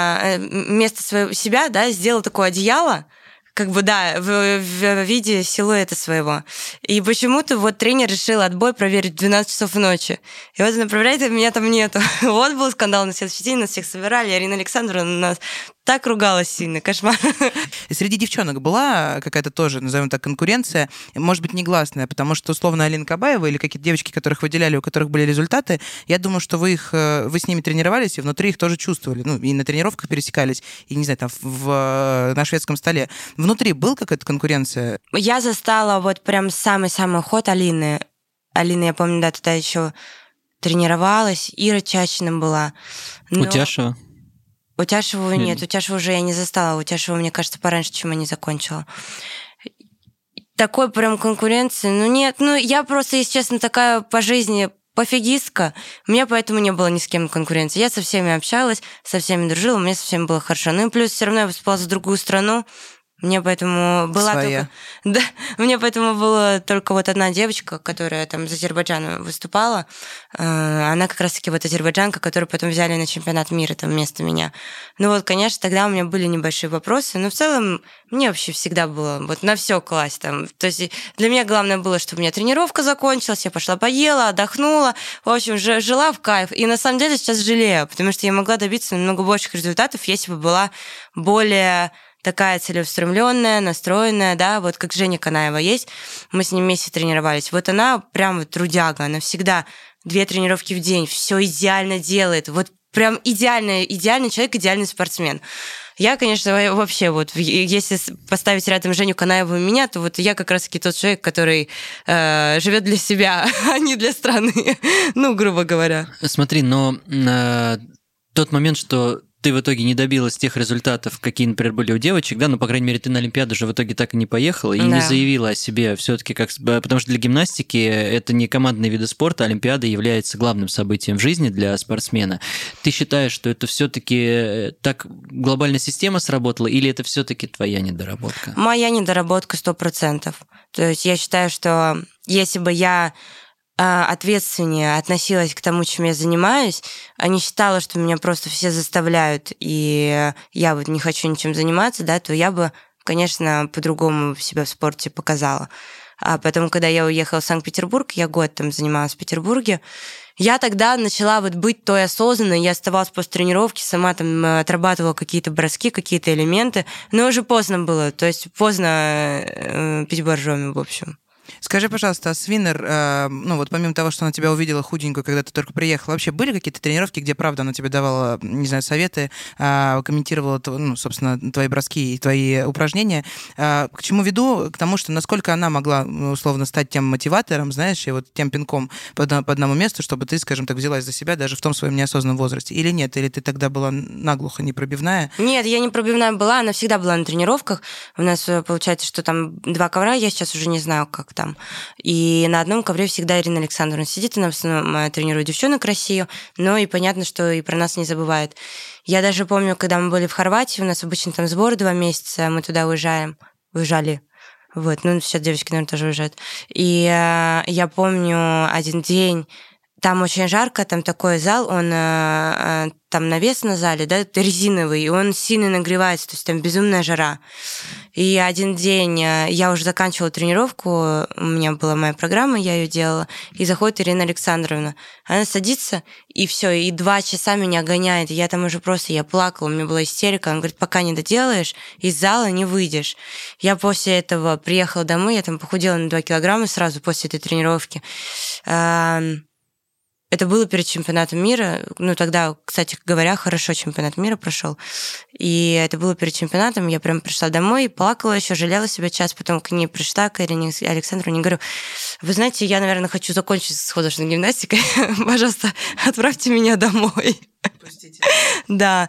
вместо своего себя, да, сделала такое одеяло, как бы, да, в, в виде силуэта своего. И почему-то вот тренер решил отбой проверить в двенадцать часов ночи. И вот он направляет, а меня там нету. Вот был скандал на следующий день, нас всех собирали. Ирина Александровна нас так ругалась сильно, кошмар. И среди девчонок была какая-то тоже, назовем так, конкуренция, может быть, негласная, потому что, условно, Алина Кабаева или какие-то девочки, которых выделяли, у которых были результаты, я думаю, что вы их, вы с ними тренировались, и внутри их тоже чувствовали. Ну, и на тренировках пересекались, и, не знаю, там, в, на шведском столе. Внутри была какая-то конкуренция? Я застала вот прям самый-самый ход Алины. Алина, я помню, да, тогда еще тренировалась, Ира Чачина была. Но... Утяшева? Утяшеву нет, Утяшеву уже я не застала. Утяшеву, мне кажется, пораньше, чем я не закончила. Такой прям конкуренции, ну нет, ну я просто, если честно, такая по жизни пофигистка, у меня поэтому не было ни с кем конкуренции. Я со всеми общалась, со всеми дружила, мне со всеми было хорошо. Ну и плюс все равно я выступала за другую страну, мне поэтому была Своя. только... Да, мне поэтому была только вот одна девочка, которая там за Азербайджан выступала. Она как раз-таки вот азербайджанка, которую потом взяли на чемпионат мира там вместо меня. Ну вот, конечно, тогда у меня были небольшие вопросы, но в целом мне вообще всегда было вот на все класть там. То есть для меня главное было, чтобы у меня тренировка закончилась, я пошла поела, отдохнула, в общем, жила в кайф. И на самом деле сейчас жалею, потому что я могла добиться намного больших результатов, если бы была более... такая целеустремленная, настроенная, да, вот как Женя Канаева есть, мы с ним вместе тренировались. Вот она прям вот трудяга, она всегда две тренировки в день, все идеально делает, вот прям идеальный, идеальный человек, идеальный спортсмен. Я, конечно, вообще вот, если поставить рядом Женю Канаеву и меня, то вот я как раз-таки тот человек, который э, живет для себя, а не для страны, ну, грубо говоря. Смотри, но э, тот момент, что ты в итоге не добилась тех результатов, какие, например, были у девочек, да, но, по крайней мере, ты на Олимпиаду же в итоге так и не поехала и да. не заявила о себе все-таки, как, потому что для гимнастики это не командные виды спорта, Олимпиада является главным событием в жизни для спортсмена. Ты считаешь, что это все-таки так глобальная система сработала, или это все-таки твоя недоработка? Моя недоработка сто процентов. То есть я считаю, что если бы я ответственнее относилась к тому, чем я занимаюсь, а не считала, что меня просто все заставляют, и я вот не хочу ничем заниматься, да, то я бы, конечно, по-другому себя в спорте показала. А потом, когда я уехала в Санкт-Петербург, я год там занималась в Петербурге, я тогда начала вот быть той осознанной, я оставалась после тренировки, сама там отрабатывала какие-то броски, какие-то элементы, но уже поздно было, то есть поздно э, пить боржоми, в общем. Скажи, пожалуйста, а Свинер, э, ну вот помимо того, что она тебя увидела худенькую, когда ты только приехала, вообще были какие-то тренировки, где, правда, она тебе давала, не знаю, советы, э, комментировала, ну, собственно, твои броски и твои упражнения? Э, к чему веду? К тому, что насколько она могла, условно, стать тем мотиватором, знаешь, и вот тем пинком по, по одному месту, чтобы ты, скажем так, взялась за себя даже в том своем неосознанном возрасте? Или нет? Или ты тогда была наглухо непробивная? Нет, я не пробивная была, она всегда была на тренировках. У нас получается, что там два ковра, я сейчас уже не знаю, как там. И на одном ковре всегда Ирина Александровна сидит, она в основном тренирует девчонок Россию, но и понятно, что и про нас не забывает. Я даже помню, когда мы были в Хорватии, у нас обычно там сбор два месяца, мы туда уезжаем, уезжали. Вот, ну, сейчас девочки, наверное, тоже уезжают. И э, я помню один день, там очень жарко, там такой зал, он э, там навес на зале, да, резиновый, и он сильно нагревается, то есть там безумная жара. И один день я уже заканчивала тренировку, у меня была моя программа, я ее делала, и заходит Ирина Александровна. Она садится, и все, и два часа меня гоняет. Я там уже просто, я плакала, у меня была истерика. Она говорит, пока не доделаешь, из зала не выйдешь. Я после этого приехала домой, я там похудела на два килограмма сразу после этой тренировки. Это было перед чемпионатом мира. Ну, тогда, кстати говоря, хорошо чемпионат мира прошел. И это было перед чемпионатом. Я прям пришла домой, плакала еще, жалела себя час. Потом к ней пришла, к Ирине Александровне, и говорю, вы знаете, я, наверное, хочу закончить с художественной гимнастикой. Пожалуйста, отправьте меня домой. Пустите. Да,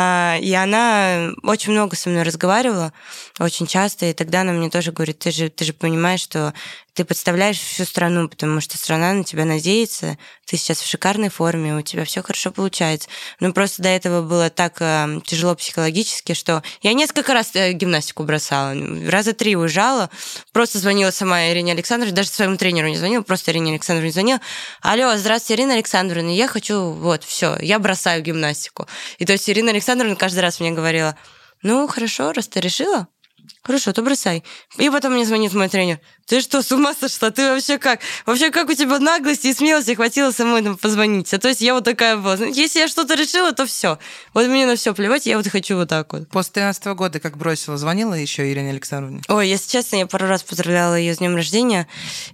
и она очень много со мной разговаривала, очень часто, и тогда она мне тоже говорит, ты же, ты же понимаешь, что ты подставляешь всю страну, потому что страна на тебя надеется, ты сейчас в шикарной форме, у тебя все хорошо получается. Но просто до этого было так тяжело психологически, что я несколько раз гимнастику бросала, раза три уезжала, просто звонила сама Ирине Александровне, даже своему тренеру не звонила, просто Ирине Александровне звонила. Алло, здравствуйте, Ирина Александровна, я хочу, вот, все, я бросаю гимнастику. И то есть Ирина Александровна каждый раз мне говорила, ну, хорошо, раз ты решила, хорошо, то бросай. И потом мне звонит мой тренер. Ты что, с ума сошла? Ты вообще как? Вообще как у тебя наглости и смелости хватило самой там позвонить? А то есть я вот такая была. Если я что-то решила, то все. Вот мне на все плевать, я вот хочу вот так вот. После тринадцатого года как бросила, звонила еще Ирине Александровне? Ой, если честно, я пару раз поздравляла ее с днем рождения.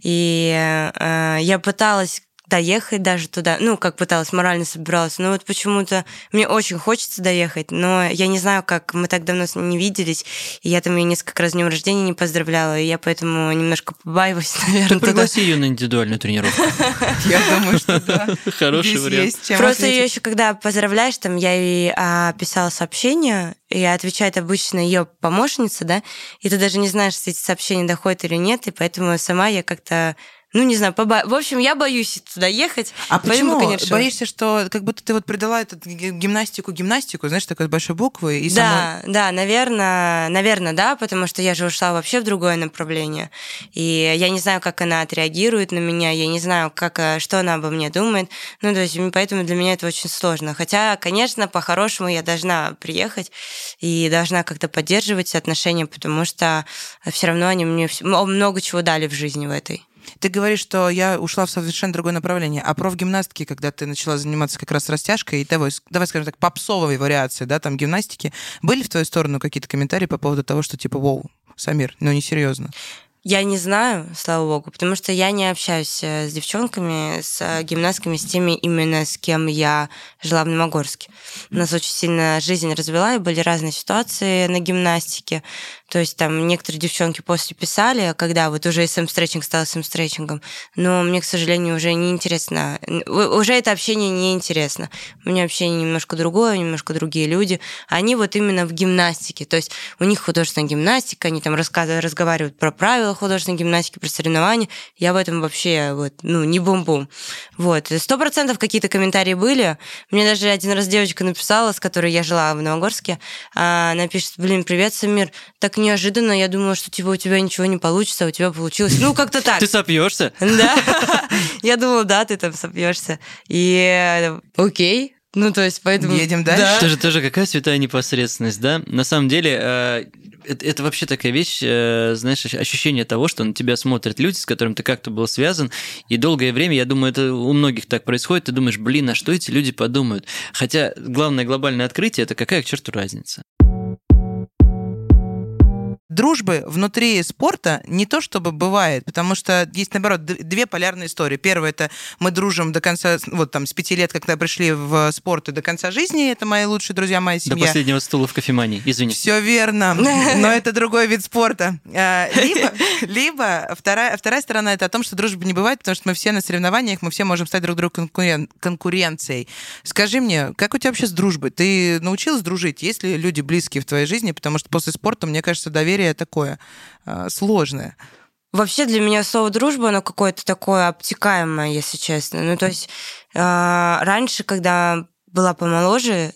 И э, я пыталась доехать даже туда, ну, как пыталась, морально собиралась, но вот почему-то мне очень хочется доехать, но я не знаю, как, мы так давно не виделись, и я там ее несколько раз с днем рождения не поздравляла, и я поэтому немножко побаиваюсь, наверное. Ты пригласи ее на индивидуальную тренировку. Я думаю, что да. Хороший вариант. Просто ее еще, когда поздравляешь, там я ей писала сообщение, и отвечает обычно ее помощница, да, и ты даже не знаешь, если эти сообщения доходят или нет, и поэтому сама я как-то Ну, не знаю, поба... в общем, я боюсь туда ехать. А почему? Конечно... Боишься, что как будто ты вот придала эту гимнастику гимнастику, знаешь, такой большой буквы? И да, самой... да, наверное, наверное, да, потому что я же ушла вообще в другое направление. И я не знаю, как она отреагирует на меня, я не знаю, как, что она обо мне думает. Ну, то есть, поэтому для меня это очень сложно. Хотя, конечно, по-хорошему я должна приехать и должна как-то поддерживать отношения, потому что все равно они мне много чего дали в жизни в этой. Ты говоришь, что я ушла в совершенно другое направление. А профгимнастки, когда ты начала заниматься как раз растяжкой и давай, давай скажем так, попсовой вариации, да, там гимнастики, были в твою сторону какие-то комментарии по поводу того, что типа, воу, Самир, ну несерьезно? Я не знаю, слава богу, потому что я не общаюсь с девчонками, с гимнастками, с теми именно, с кем я жила в Номогорске. У нас очень сильно жизнь развела, и были разные ситуации на гимнастике. То есть там некоторые девчонки после писали, когда вот уже эс эм-стретчинг стал эс эм-стретчингом, но мне, к сожалению, уже не интересно, уже это общение не интересно. У меня общение немножко другое, немножко другие люди. Они вот именно в гимнастике, то есть у них художественная гимнастика, они там рассказывают, разговаривают про правила художественной гимнастики, про соревнования. Я в этом вообще вот, ну, не бум-бум. Вот. Сто процентов какие-то комментарии были. Мне даже один раз девочка написала, с которой я жила в Новогорске, она пишет: блин, привет, Самир, так неожиданно, я думала, что типа у тебя ничего не получится, а у тебя получилось. Ну, как-то так. Ты сопьешься? Да. Я думала, да, ты там сопьешься. И окей. Ну, то есть, поэтому... Едем дальше. Да. Тоже, тоже какая святая непосредственность, да? На самом деле, э, это, это вообще такая вещь, э, знаешь, ощущение того, что на тебя смотрят люди, с которыми ты как-то был связан, и долгое время, я думаю, это у многих так происходит, ты думаешь, блин, а что эти люди подумают? Хотя главное глобальное открытие – это какая к черту разница? Дружбы внутри спорта не то чтобы бывает, потому что есть, наоборот, две полярные истории. Первая — это мы дружим до конца, вот там, с пяти лет, когда пришли в спорт, и до конца жизни. Это мои лучшие друзья, моя семья. До последнего стула в кофемании, извини. Все верно, но это другой вид спорта. Либо, либо вторая, вторая сторона — это о том, что дружбы не бывает, потому что мы все на соревнованиях, мы все можем стать друг другу конкурен... конкуренцией. Скажи мне, как у тебя вообще с дружбой? Ты научилась дружить? Есть ли люди близкие в твоей жизни? Потому что после спорта, мне кажется, доверие такое э, сложное. Вообще для меня слово «дружба», оно какое-то такое обтекаемое, если честно. Ну, то есть э, раньше, когда была помоложе,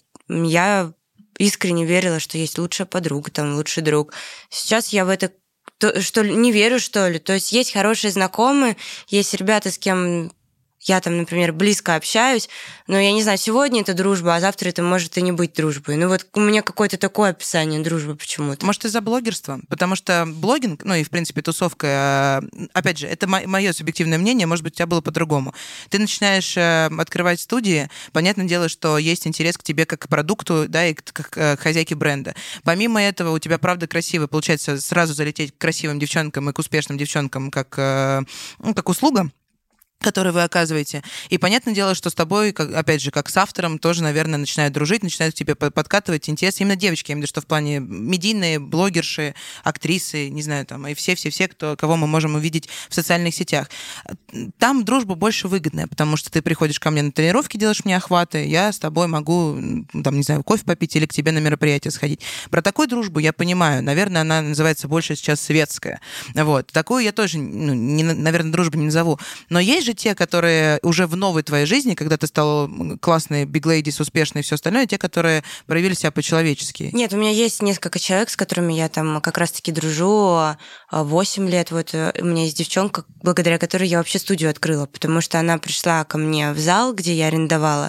я искренне верила, что есть лучшая подруга, там, лучший друг. Сейчас я в это то, что ли, не верю, что ли. То есть есть хорошие знакомые, есть ребята, с кем... Я там, например, близко общаюсь, но я не знаю, сегодня это дружба, а завтра это может и не быть дружбой. Ну вот у меня какое-то такое описание дружбы почему-то. Может, из-за блогерства? Потому что блогинг, ну и, в принципе, тусовка, опять же, это мое субъективное мнение, может быть, у тебя было по-другому. Ты начинаешь открывать студии, понятное дело, что есть интерес к тебе как к продукту, да, и к хозяйке бренда. Помимо этого, у тебя, правда, красиво получается сразу залететь к красивым девчонкам и к успешным девчонкам как, ну, как услуга, которые вы оказываете. И понятное дело, что с тобой, как, опять же, как с автором, тоже, наверное, начинают дружить, начинают к тебе подкатывать интерес. Именно девочки, я имею в виду, что в плане медийные, блогерши, актрисы, не знаю, там, и все-все-все, кто, кого мы можем увидеть в социальных сетях. Там дружба больше выгодная, потому что ты приходишь ко мне на тренировки, делаешь мне охваты, я с тобой могу, там, не знаю, кофе попить или к тебе на мероприятие сходить. Про такую дружбу я понимаю. Наверное, она называется больше сейчас светская. Вот. Такую я тоже, ну, не, наверное, дружбу не назову. Но есть же те, которые уже в новой твоей жизни, когда ты стала классной, big ladies, успешной и все остальное, те, которые проявили себя по-человечески. Нет, у меня есть несколько человек, с которыми я там как раз-таки дружу восемь лет. Вот у меня есть девчонка, благодаря которой я вообще студию открыла, потому что она пришла ко мне в зал, где я арендовала,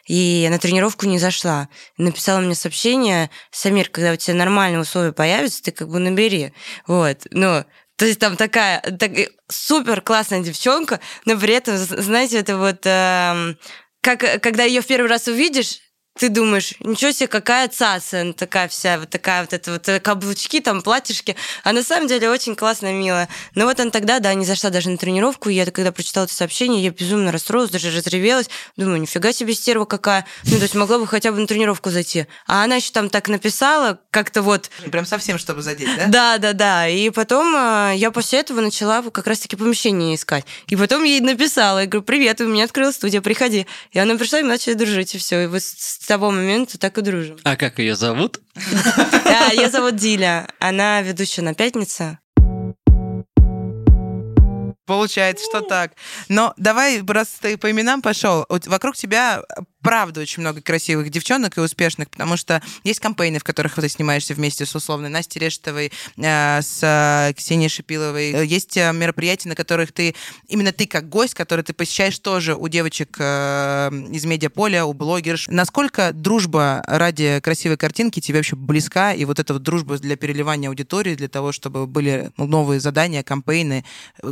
и на тренировку не зашла. Написала мне сообщение: Самир, когда у тебя нормальные условия появятся, ты как бы набери. Вот, ну... То есть там такая, так, супер классная девчонка, но при этом, знаете, это вот э, как когда ее в первый раз увидишь, ты думаешь, ничего себе, какая цаца, она такая вся, вот такая вот это вот каблучки, там, платьишки, а на самом деле очень классная, милая. Но вот она тогда, да, не зашла даже на тренировку, и я когда прочитала это сообщение, я безумно расстроилась, даже разревелась, думаю, нифига себе стерва какая, ну, то есть могла бы хотя бы на тренировку зайти. А она еще там так написала, как-то вот... Прям совсем, чтобы задеть, да? Да, да, да, и потом я после этого начала как раз-таки помещение искать, и потом ей написала, я говорю, привет, у меня открылась студия, приходи. И она пришла, и мы начали дружить, и все, и вот с того момента так и дружим. А как ее зовут? Да, ее зовут Диля. Она ведущая на «Пятнице». Получается, что так. Но давай, раз ты по именам пошел, вокруг тебя правда очень много красивых девчонок и успешных, потому что есть кампейны, в которых ты снимаешься вместе с условной Настей Рештовой, э, с э, Ксенией Шипиловой. Есть э, мероприятия, на которых ты, именно ты как гость, который ты посещаешь тоже у девочек э, из медиаполя, у блогерш. Насколько дружба ради красивой картинки тебе вообще близка, и вот эта вот дружба для переливания аудитории, для того, чтобы были новые задания, кампейны, э, не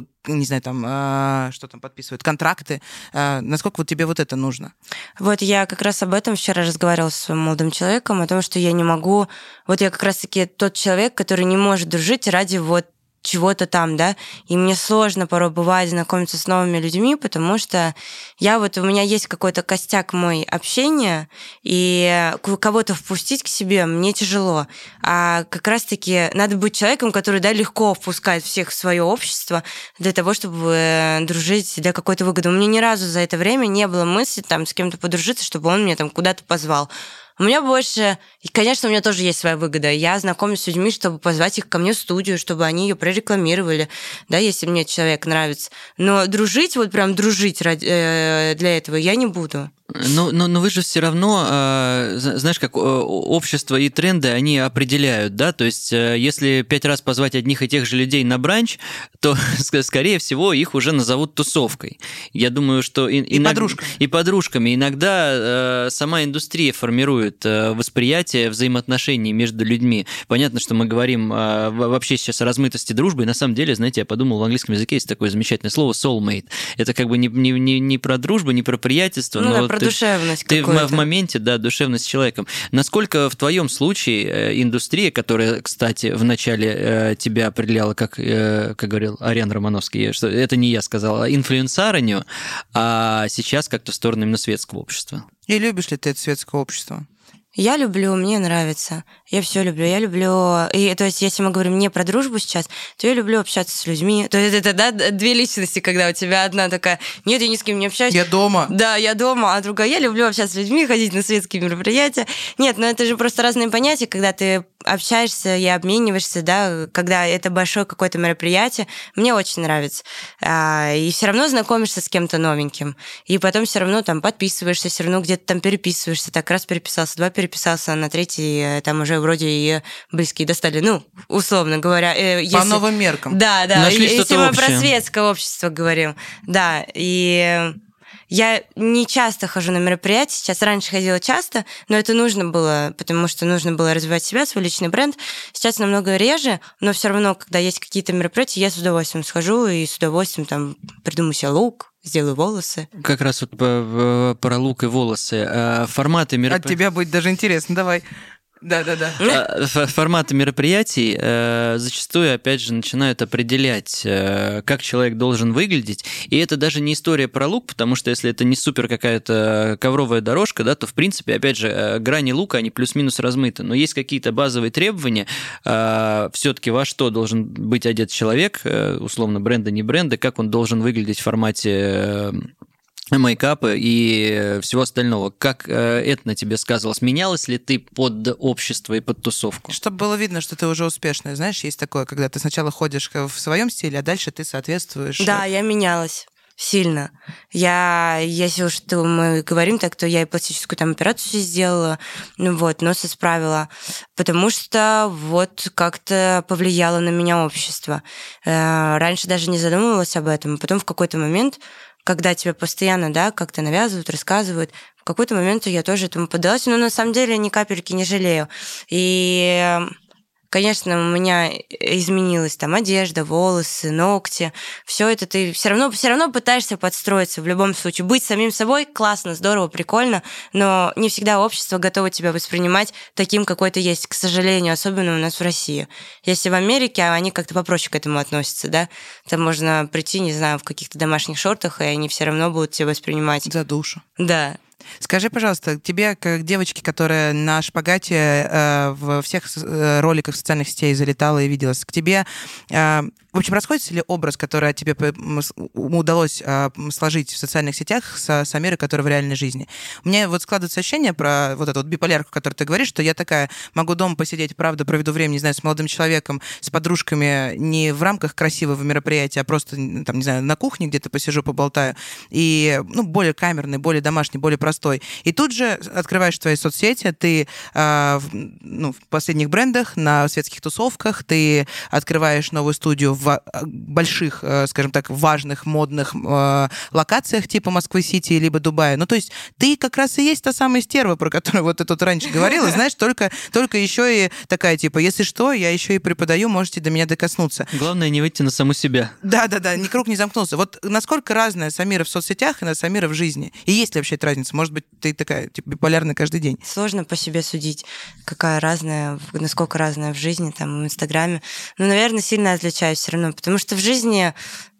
знаю, там, э, что там подписывают, контракты. Э, насколько вот тебе вот это нужно? Вот я как раз об этом вчера разговаривала со своим молодым человеком, о том, что я не могу... Вот я как раз-таки тот человек, который не может дружить ради вот чего-то там, да, и мне сложно порой бывает знакомиться с новыми людьми, потому что я вот, у меня есть какой-то костяк мой общения, и кого-то впустить к себе мне тяжело, а как раз-таки надо быть человеком, который, да, легко впускает всех в свое общество для того, чтобы дружить для какой-то выгоды. У меня ни разу за это время не было мысли там с кем-то подружиться, чтобы он меня там куда-то позвал. У меня больше... И, конечно, у меня тоже есть своя выгода. Я знакомлюсь с людьми, чтобы позвать их ко мне в студию, чтобы они ее прорекламировали, да, если мне человек нравится. Но дружить, вот прям дружить ради, э, для этого я не буду. Но, но, но вы же все равно, э, знаешь, как э, общество и тренды, они определяют, да, то есть э, если пять раз позвать одних и тех же людей на бранч, то, скорее всего, их уже назовут тусовкой. Я думаю, что... И, и иногда, подружками. И подружками. Иногда э, сама индустрия формирует э, восприятие взаимоотношений между людьми. Понятно, что мы говорим э, вообще сейчас о размытости дружбы, и на самом деле, знаете, я подумал, в английском языке есть такое замечательное слово soulmate. Это как бы не, не, не, не про дружбу, не про приятельство, ну, но... Да, про душевность ты какую-то. в, в моменте, да, душевность с человеком. Насколько в твоем случае индустрия, которая, кстати, вначале э, тебя определяла, как, э, как говорил Ариан Романовский, что это не я сказал, а инфлюенсарню, а сейчас как-то в сторону именно светского общества? И любишь ли ты это светское общество? Я люблю, мне нравится. Я все люблю. Я люблю... И, то есть, если мы говорим не про дружбу сейчас, то я люблю общаться с людьми. То есть, это, да, две личности, когда у тебя одна такая, нет, я ни с кем не общаюсь. Я дома. Да, я дома, а другая, я люблю общаться с людьми, ходить на светские мероприятия. Нет, но это же просто разные понятия, когда ты общаешься и обмениваешься, да, когда это большое какое-то мероприятие. Мне очень нравится. И все равно знакомишься с кем-то новеньким. И потом все равно там подписываешься, все равно где-то там переписываешься. Так раз переписался, два переписался, на третий там уже вроде и близкие достали. Ну, условно говоря. Если... По новым меркам. Да, да. Нашли если что-то мы общее. про светское общество говорим. Да, и... Я не часто хожу на мероприятия, сейчас раньше ходила часто, но это нужно было, потому что нужно было развивать себя, свой личный бренд. Сейчас намного реже, но все равно, когда есть какие-то мероприятия, я с удовольствием схожу и с удовольствием там придумаю себе лук, сделаю волосы. Как раз вот про лук и волосы. Форматы мероприятий... От тебя будет даже интересно, давай. Да-да-да. Форматы мероприятий э, зачастую, опять же, начинают определять, э, как человек должен выглядеть. И это даже не история про лук, потому что если это не супер какая-то ковровая дорожка, да, то, в принципе, опять же, грани лука, они плюс-минус размыты. Но есть какие-то базовые требования. Э, все-таки во что должен быть одет человек, э, условно, бренда, не бренда, как он должен выглядеть в формате... Э, мейкапа и всего остального. Как это на тебе сказывалось? Менялась ли ты под общество и под тусовку? Чтобы было видно, что ты уже успешная. Знаешь, есть такое, когда ты сначала ходишь в своем стиле, а дальше ты соответствуешь. Да, я менялась. Сильно. Я, если уж то мы говорим так, то я и пластическую там операцию сделала, ну вот, нос исправила, потому что вот как-то повлияло на меня общество. Раньше даже не задумывалась об этом, потом в какой-то момент, когда тебя постоянно, да, как-то навязывают, рассказывают, в какой-то момент я тоже этому поддалась, но на самом деле ни капельки не жалею. И, конечно, у меня изменилась там одежда, волосы, ногти, все это ты все равно, все равно пытаешься подстроиться в любом случае. Быть самим собой классно, здорово, прикольно, но не всегда общество готово тебя воспринимать таким, какой ты есть, к сожалению, особенно у нас в России. Если в Америке, они как-то попроще к этому относятся, да, там можно прийти, не знаю, в каких-то домашних шортах, и они все равно будут тебя воспринимать. За душу. Да. Скажи, пожалуйста, тебе, как девочке, которая на шпагате э, в всех э, роликах социальных сетей залетала и виделась, к тебе, э, в общем, расходится ли образ, который тебе удалось э, сложить в социальных сетях с, с Амирой, которая в реальной жизни? У меня вот складывается ощущение про вот эту вот биполярку, о которой ты говоришь, что я такая могу дома посидеть, правда, проведу время, не знаю, с молодым человеком, с подружками, не в рамках красивого мероприятия, а просто, там, не знаю, на кухне где-то посижу, поболтаю, и, ну, более камерный, более домашний, более простой, простой. И тут же открываешь твои соцсети, ты э, в, ну, в последних брендах, на светских тусовках, ты открываешь новую студию в больших, э, скажем так, важных, модных э, локациях типа Москвы-Сити либо Дубая. Ну, то есть ты как раз и есть та самая стерва, про которую вот ты тут раньше говорила, знаешь, только, только еще и такая, типа, если что, я еще и преподаю, можете до меня докоснуться. Главное не выйти на саму себя. Да-да-да, ни круг не замкнулся. Вот насколько разная Самира в соцсетях и Самира в жизни? И есть ли вообще эта разница? Может быть, ты такая, типа, биполярная каждый день? Сложно по себе судить, какая разная, насколько разная в жизни, там, в Инстаграме. Но, наверное, сильно отличаюсь все равно, потому что в жизни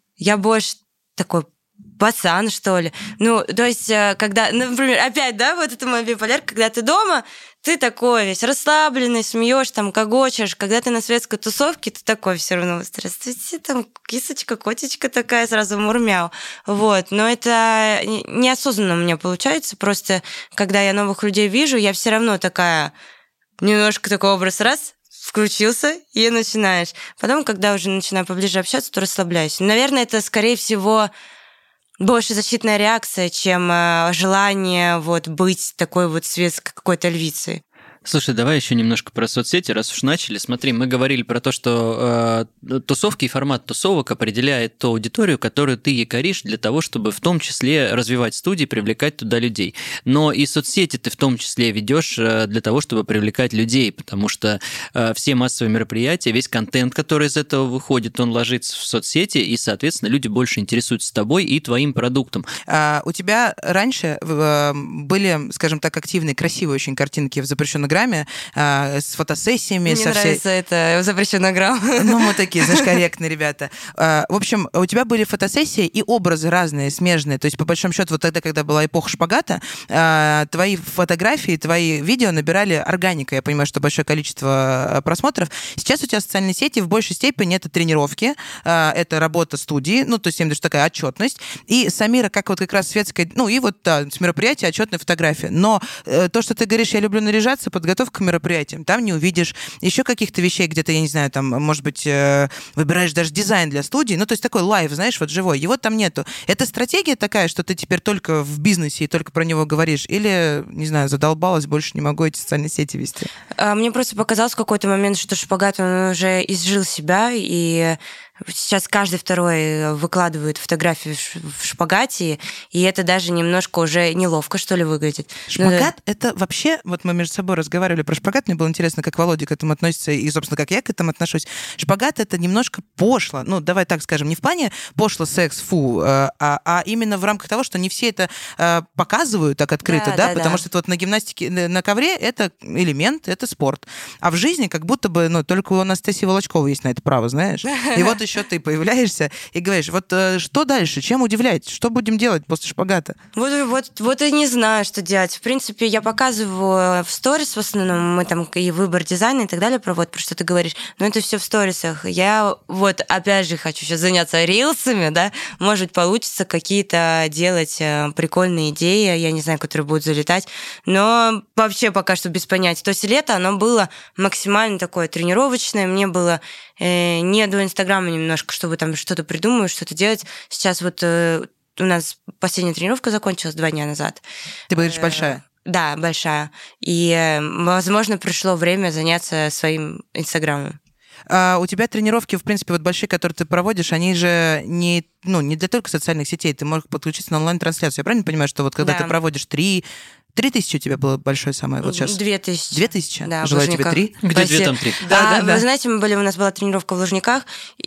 я больше такой пацан, что ли. Ну, то есть, когда, например, опять, да, вот это мой биполяр, когда ты дома, ты такой весь расслабленный, смеешь, там, когочешь. Когда ты на светской тусовке, ты такой все равно, здравствуйте, там, кисочка, котечка такая, сразу мурмяу. Вот, но это неосознанно у меня получается, просто когда я новых людей вижу, я все равно такая, немножко такой образ раз, включился и начинаешь. Потом, когда уже начинаю поближе общаться, то расслабляюсь. Наверное, это, скорее всего, больше защитная реакция, чем э, желание вот быть такой вот светской какой-то львицей. Слушай, давай еще немножко про соцсети, раз уж начали. Смотри, мы говорили про то, что э, тусовки и формат тусовок определяет ту аудиторию, которую ты якоришь для того, чтобы в том числе развивать студии, привлекать туда людей. Но и соцсети ты в том числе ведешь э, для того, чтобы привлекать людей, потому что э, все массовые мероприятия, весь контент, который из этого выходит, он ложится в соцсети, и, соответственно, люди больше интересуются тобой и твоим продуктом. А, у тебя раньше э, были, скажем так, активные, красивые очень картинки в запрещенном грамме, э, с фотосессиями. Мне со нравится всей... это запрещенный грамм. Ну, мы такие, знаешь, корректные ребята. Э, в общем, у тебя были фотосессии и образы разные, смежные. То есть, по большому счету, вот тогда, когда была эпоха шпагата, э, твои фотографии, твои видео набирали органикой. Я понимаю, что большое количество просмотров. Сейчас у тебя социальные сети в большей степени это тренировки, э, это работа студии, ну, то есть, именно такая отчетность. И Самира, как вот как раз светская, ну, и вот, да, с мероприятия отчетная фотография. Но э, то, что ты говоришь, я люблю наряжаться, подготовка к мероприятиям, там не увидишь еще каких-то вещей, где-то, я не знаю, там, может быть, э, выбираешь даже дизайн для студии, ну, то есть такой лайв, знаешь, вот живой, его там нету. Это стратегия такая, что ты теперь только в бизнесе и только про него говоришь, или, не знаю, задолбалась, больше не могу эти социальные сети вести? Мне просто показалось в какой-то момент, что шпагат, он уже изжил себя, и сейчас каждый второй выкладывает фотографии в шпагате, и это даже немножко уже неловко, что ли, выглядит. Шпагат ну, — это вообще... Вот мы между собой разговаривали про шпагат, мне было интересно, как Володя к этому относится, и, собственно, как я к этому отношусь. Шпагат — это немножко пошло. Ну, давай так скажем, не в плане пошло, секс, фу, а, а именно в рамках того, что не все это а, показывают так открыто, да, да, да потому да. что это вот на гимнастике, на ковре это элемент, это спорт. А в жизни как будто бы, ну, только у Анастасии Волочковой есть на это право, знаешь? И вот еще ты появляешься и говоришь, вот что дальше, чем удивлять, что будем делать после шпагата? Вот, вот, вот и не знаю, что делать. В принципе, я показываю в сторис в основном, мы там и выбор дизайна и так далее, про вот, про что ты говоришь, но это все в сторисах. Я вот опять же хочу сейчас заняться рилсами, да, может, получится какие-то делать прикольные идеи, я не знаю, которые будут залетать, но вообще пока что без понятия. То есть лето, оно было максимально такое тренировочное, мне было э, не до Инстаграма немножко, чтобы там что-то придумать, что-то делать. Сейчас вот э, у нас последняя тренировка закончилась два дня назад. Ты говоришь, большая? Да, большая. И, возможно, пришло время заняться своим Инстаграмом. А у тебя тренировки, в принципе, вот большие, которые ты проводишь, они же не, ну, не для только социальных сетей, ты можешь подключиться на онлайн-трансляцию. Я правильно понимаю, что вот когда да. ты проводишь три... Три тысячи у тебя было большое самое вот сейчас? Две тысячи. Две тысячи? Да, желаю тебе три. Где Спасибо. Две, там три. Да, а, да, вы да. знаете, мы были, у нас была тренировка в Лужниках,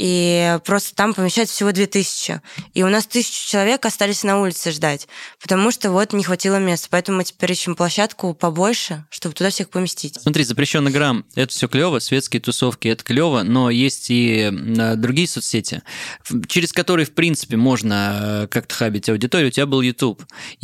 и просто там помещается всего две тысячи. И у нас тысячу человек остались на улице ждать, потому что вот не хватило места. Поэтому мы теперь ищем площадку побольше, чтобы туда всех поместить. Смотри, запрещенный грамм — это все клево, светские тусовки — это клево, но есть и другие соцсети, через которые, в принципе, можно как-то хабить аудиторию. У тебя был YouTube,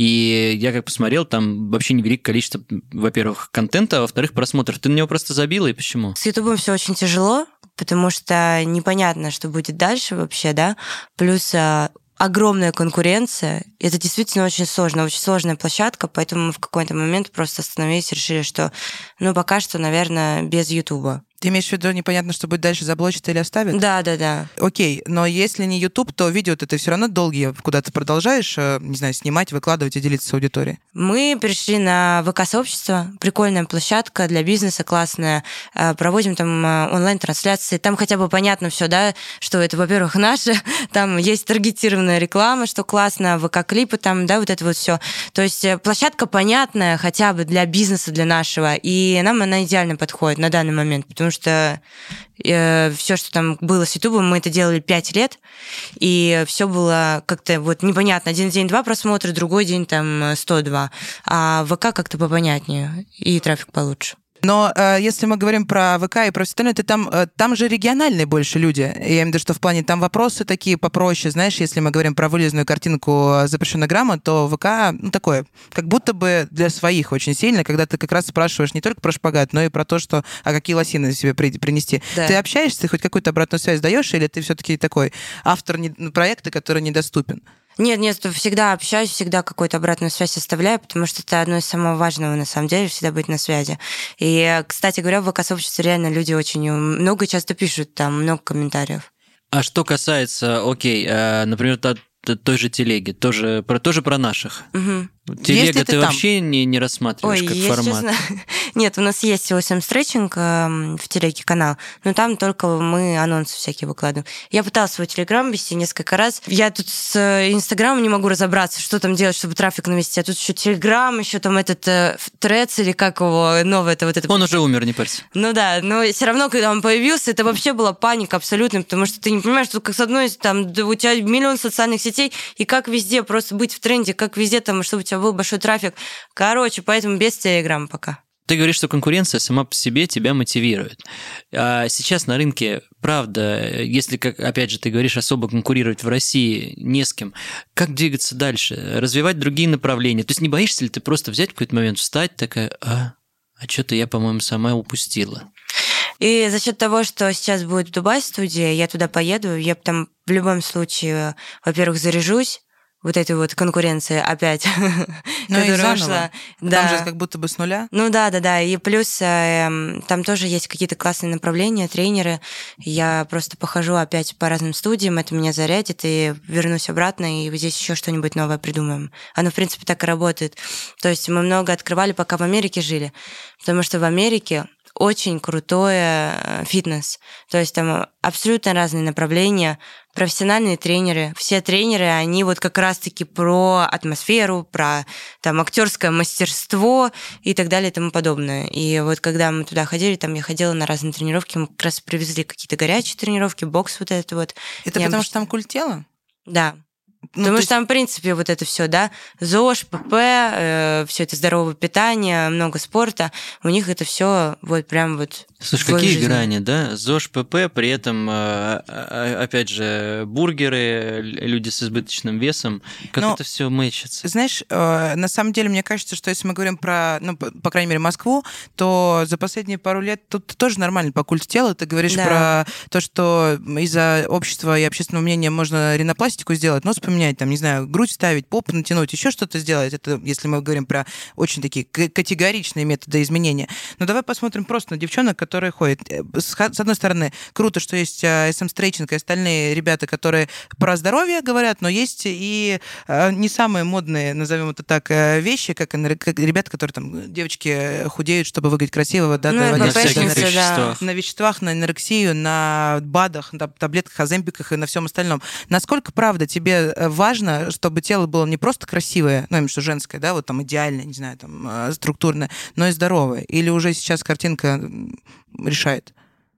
и я как посмотрел, там вообще невеликое количество, во-первых, контента, а во-вторых, просмотров. Ты на него просто забила, и почему? С Ютубом все очень тяжело, потому что непонятно, что будет дальше вообще, да, плюс огромная конкуренция. Это действительно очень сложно, очень сложная площадка, поэтому мы в какой-то момент просто остановились и решили, что, ну, пока что, наверное, без Ютуба. Ты имеешь в виду, непонятно, что будет дальше, заблочат или оставят? Да, да, да. Окей, но если не YouTube, то видео-то ты все равно долгие куда-то продолжаешь, не знаю, снимать, выкладывать и делиться с аудиторией? Мы перешли на ВК-сообщество. Прикольная площадка для бизнеса, классная. Проводим там онлайн-трансляции. Там хотя бы понятно все, да, что это, во-первых, наше. Там есть таргетированная реклама, что классно, ВК-клипы там, да, вот это вот все. То есть площадка понятная хотя бы для бизнеса, для нашего. И нам она идеально подходит на данный момент, потому что э, все, что там было с Ютубом, мы это делали пять лет, и все было как-то вот непонятно. Один день два просмотра, другой день там сто два, а ВК как-то попонятнее, и трафик получше. Но э, если мы говорим про ВК и про все остальное, ты там, э, там же региональные больше люди. Я имею в виду, что в плане там вопросы такие попроще. Знаешь, если мы говорим про вылезную картинку запрещенная грамма, то ВК, ну, такое, как будто бы для своих очень сильно, когда ты как раз спрашиваешь не только про шпагат, но и про то, что, а какие лосины себе при, принести. Да. Ты общаешься, ты хоть какую-то обратную связь даешь, или ты все-таки такой автор не, проекта, который недоступен? Нет, нет, всегда общаюсь, всегда какую-то обратную связь оставляю, потому что это одно из самого важного, на самом деле, всегда быть на связи. И, кстати говоря, в ВК-сообществе реально люди очень много часто пишут, там много комментариев. А что касается, окей, например, той же телеги, тоже про, тоже про наших. Угу. Телега ты, ты вообще не, не рассматриваешь Ой, как если формат? Честно, нет, у нас есть эл эс эм Stretching э, в телеге канал, но там только мы анонсы всякие выкладываем. Я пыталась свой телеграм вести несколько раз. Я тут с Инстаграмом не могу разобраться, что там делать, чтобы трафик навести. А тут еще телеграм, еще там этот э, Threads или как его, новое это вот это. Он уже умер, не парься. Ну да, но все равно, когда он появился, это вообще была паника абсолютно, потому что ты не понимаешь, что как с одной, там, у тебя миллион социальных сетей, и как везде просто быть в тренде, как везде там, чтобы у тебя был большой трафик. Короче, поэтому без Телеграма пока. Ты говоришь, что конкуренция сама по себе тебя мотивирует. А сейчас на рынке, правда, если, как, опять же, ты говоришь, особо конкурировать в России не с кем, как двигаться дальше? Развивать другие направления? То есть не боишься ли ты просто взять в какой-то момент, встать такая, а, а что-то я, по-моему, сама упустила? И за счет того, что сейчас будет в Дубае студия, я туда поеду, я там в любом случае, во-первых, заряжусь, вот этой вот конкуренции опять. Ну и заново. Шла. Да. Там же как будто бы с нуля. Ну да, да, да. И плюс э, там тоже есть какие-то классные направления, тренеры. Я просто похожу опять по разным студиям, это меня зарядит, и вернусь обратно, и здесь еще что-нибудь новое придумаем. Оно, в принципе, так и работает. То есть мы много открывали, пока в Америке жили. Потому что в Америке очень крутой фитнес. То есть там абсолютно разные направления, профессиональные тренеры. Все тренеры, они вот как раз-таки про атмосферу, про там актерское мастерство и так далее и тому подобное. И вот когда мы туда ходили, там я ходила на разные тренировки, мы как раз привезли какие-то горячие тренировки, бокс вот это вот. Это я потому обычно... что там культ тела? Да. Ну, Потому есть... что там, в принципе, вот это все, да, ЗОЖ, ПП, э, все это здоровое питание, много спорта, у них это все вот прям вот. Слушай, какие жизни. Грани, да? ЗОЖ, ПП, при этом, опять же, бургеры, люди с избыточным весом. Как Но, это все мэчится? Знаешь, на самом деле, мне кажется, что если мы говорим про, ну, по крайней мере, Москву, то за последние пару лет тут тоже нормально по культу тела. Ты говоришь да. про то, что из-за общества и общественного мнения можно ринопластику сделать, нос поменять, там, не знаю, грудь ставить, попу натянуть, еще что-то сделать. Это если мы говорим про очень такие категоричные методы изменения. Но давай посмотрим просто на девчонок, которые ходят. С одной стороны, круто, что есть эс эм Stretching и остальные ребята, которые про здоровье говорят, но есть и не самые модные, назовем это так, вещи, как ребята, которые там, девочки худеют, чтобы выглядеть красиво, да, ну, на всяких на, веществах. На веществах, на анорексию, на БАДах, на таблетках, оземпиках и на всем остальном. Насколько, правда, тебе важно, чтобы тело было не просто красивое, ну, именно что женское, да, вот там идеальное, не знаю, там, структурное, но и здоровое? Или уже сейчас картинка решает?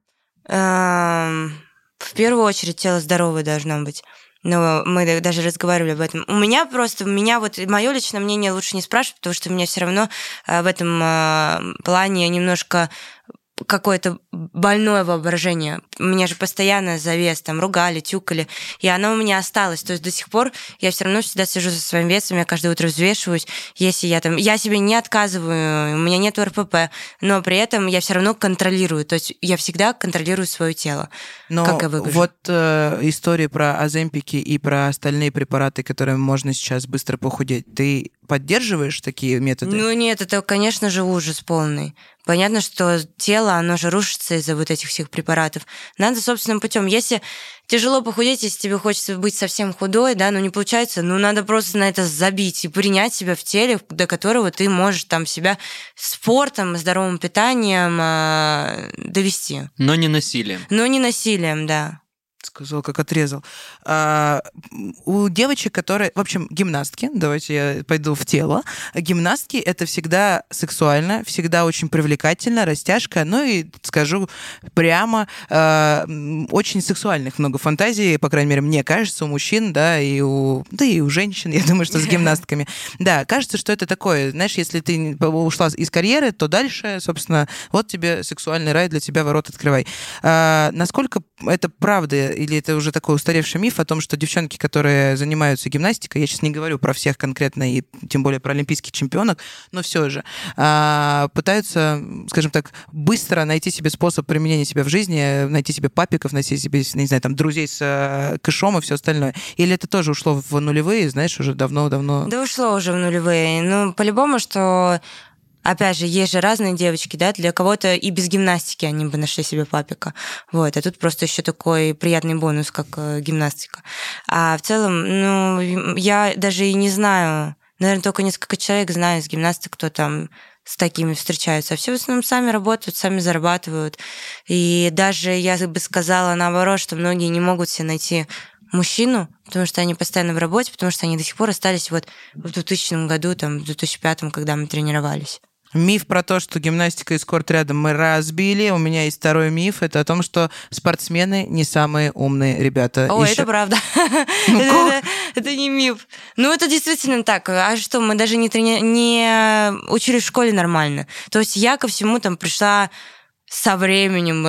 В первую очередь тело здоровое должно быть. Но мы даже разговаривали об этом. У меня просто, у меня вот мое личное мнение лучше не спрашивать, потому что у меня все равно в этом плане немножко какое-то больное воображение. Меня же постоянно за вес там ругали, тюкали, и оно у меня осталось. То есть до сих пор я все равно всегда сижу за своим весом, я каждое утро взвешиваюсь. Если я там... Я себе не отказываю, у меня нет эр пэ пэ, но при этом я все равно контролирую. То есть я всегда контролирую свое тело. Но как я выгляжу. Вот э, история про оземпики и про остальные препараты, которыми можно сейчас быстро похудеть, ты поддерживаешь такие методы? Ну нет, это, конечно же, ужас полный. понятно, что тело, оно же рушится из-за вот этих всех препаратов. Надо собственным путем. Если тяжело похудеть, если тебе хочется быть совсем худой, да, но не получается, ну, надо просто на это забить и принять себя в теле, до которого ты можешь там себя спортом, здоровым питанием э, довести. Но не насилием. Но не насилием, да. Сказал, как отрезал. А, у девочек, которые... В общем, гимнастки, давайте я пойду в тело. Гимнастки — это всегда сексуально, всегда очень привлекательно, растяжка, ну и, скажу прямо, а, очень сексуальных много фантазий, по крайней мере, мне кажется, у мужчин, да, и у... Да и у женщин, я думаю, что с гимнастками. Да, кажется, что это такое, знаешь, если ты ушла из карьеры, то дальше, собственно, вот тебе сексуальный рай, для тебя ворот открывай. А, насколько это правда, или это уже такой устаревший миф о том, что девчонки, которые занимаются гимнастикой, я сейчас не говорю про всех конкретно, и тем более про олимпийских чемпионок, но все же а, пытаются, скажем так, быстро найти себе способ применения себя в жизни, найти себе папиков, найти себе, не знаю, там, друзей с э, кэшом и все остальное. Или это тоже ушло в нулевые, знаешь, уже давно-давно? Да ушло уже в нулевые. Ну, по-любому, что... Опять же, есть же разные девочки, да, для кого-то и без гимнастики они бы нашли себе папика. Вот, а тут просто еще такой приятный бонус, как э, гимнастика. А в целом, ну, я даже и не знаю, наверное, только несколько человек знаю из гимнасток, кто там с такими встречаются. А все в основном сами работают, сами зарабатывают. И даже я бы сказала наоборот, что многие не могут себе найти мужчину, потому что они постоянно в работе, потому что они до сих пор остались вот в двухтысячном году, там, в две тысячи пятом, когда мы тренировались. Миф про то, что гимнастика и спорт рядом, мы разбили. У меня есть второй миф. Это о том, что спортсмены не самые умные ребята. О, Еще... это правда. Ну, это, это не миф. Ну, это действительно так. А что, мы даже не, трени... не учили в школе нормально. То есть я ко всему там пришла со временем,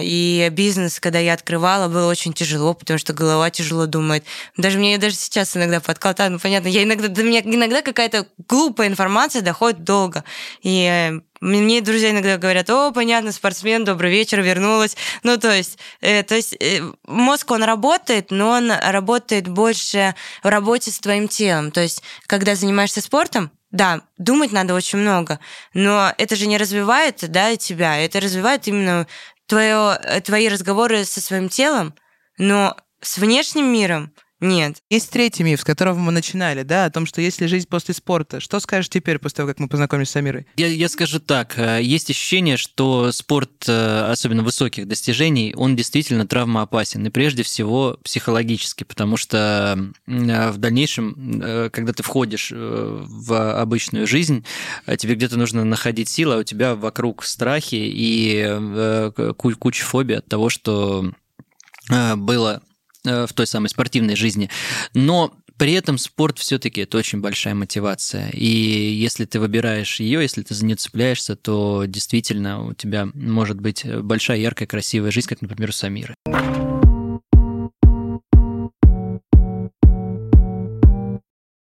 и бизнес, когда я открывала, было очень тяжело, потому что голова тяжело думает. Даже мне даже сейчас иногда подкалта, ну, понятно, я иногда, до меня иногда какая-то глупая информация доходит долго. И мне друзья иногда говорят: о, понятно, спортсмен, добрый вечер, вернулась. Ну, то есть, э, то есть э, мозг, он работает, но он работает больше в работе с твоим телом. То есть, когда занимаешься спортом, да, думать надо очень много, но это же не развивает, да, тебя, это развивает именно твое, твои разговоры со своим телом, но с внешним миром нет. Есть третий миф, с которого мы начинали, да, о том, что есть ли жизнь после спорта. Что скажешь теперь, после того, как мы познакомились с Амирой? Я, я скажу так. Есть ощущение, что спорт, особенно высоких достижений, он действительно травмоопасен. И прежде всего психологически, потому что в дальнейшем, когда ты входишь в обычную жизнь, тебе где-то нужно находить силы, а у тебя вокруг страхи и куча фобий от того, что было в той самой спортивной жизни. Но при этом спорт все-таки это очень большая мотивация. И если ты выбираешь ее, если ты за нее цепляешься, то действительно у тебя может быть большая, яркая, красивая жизнь, как, например, у Самиры.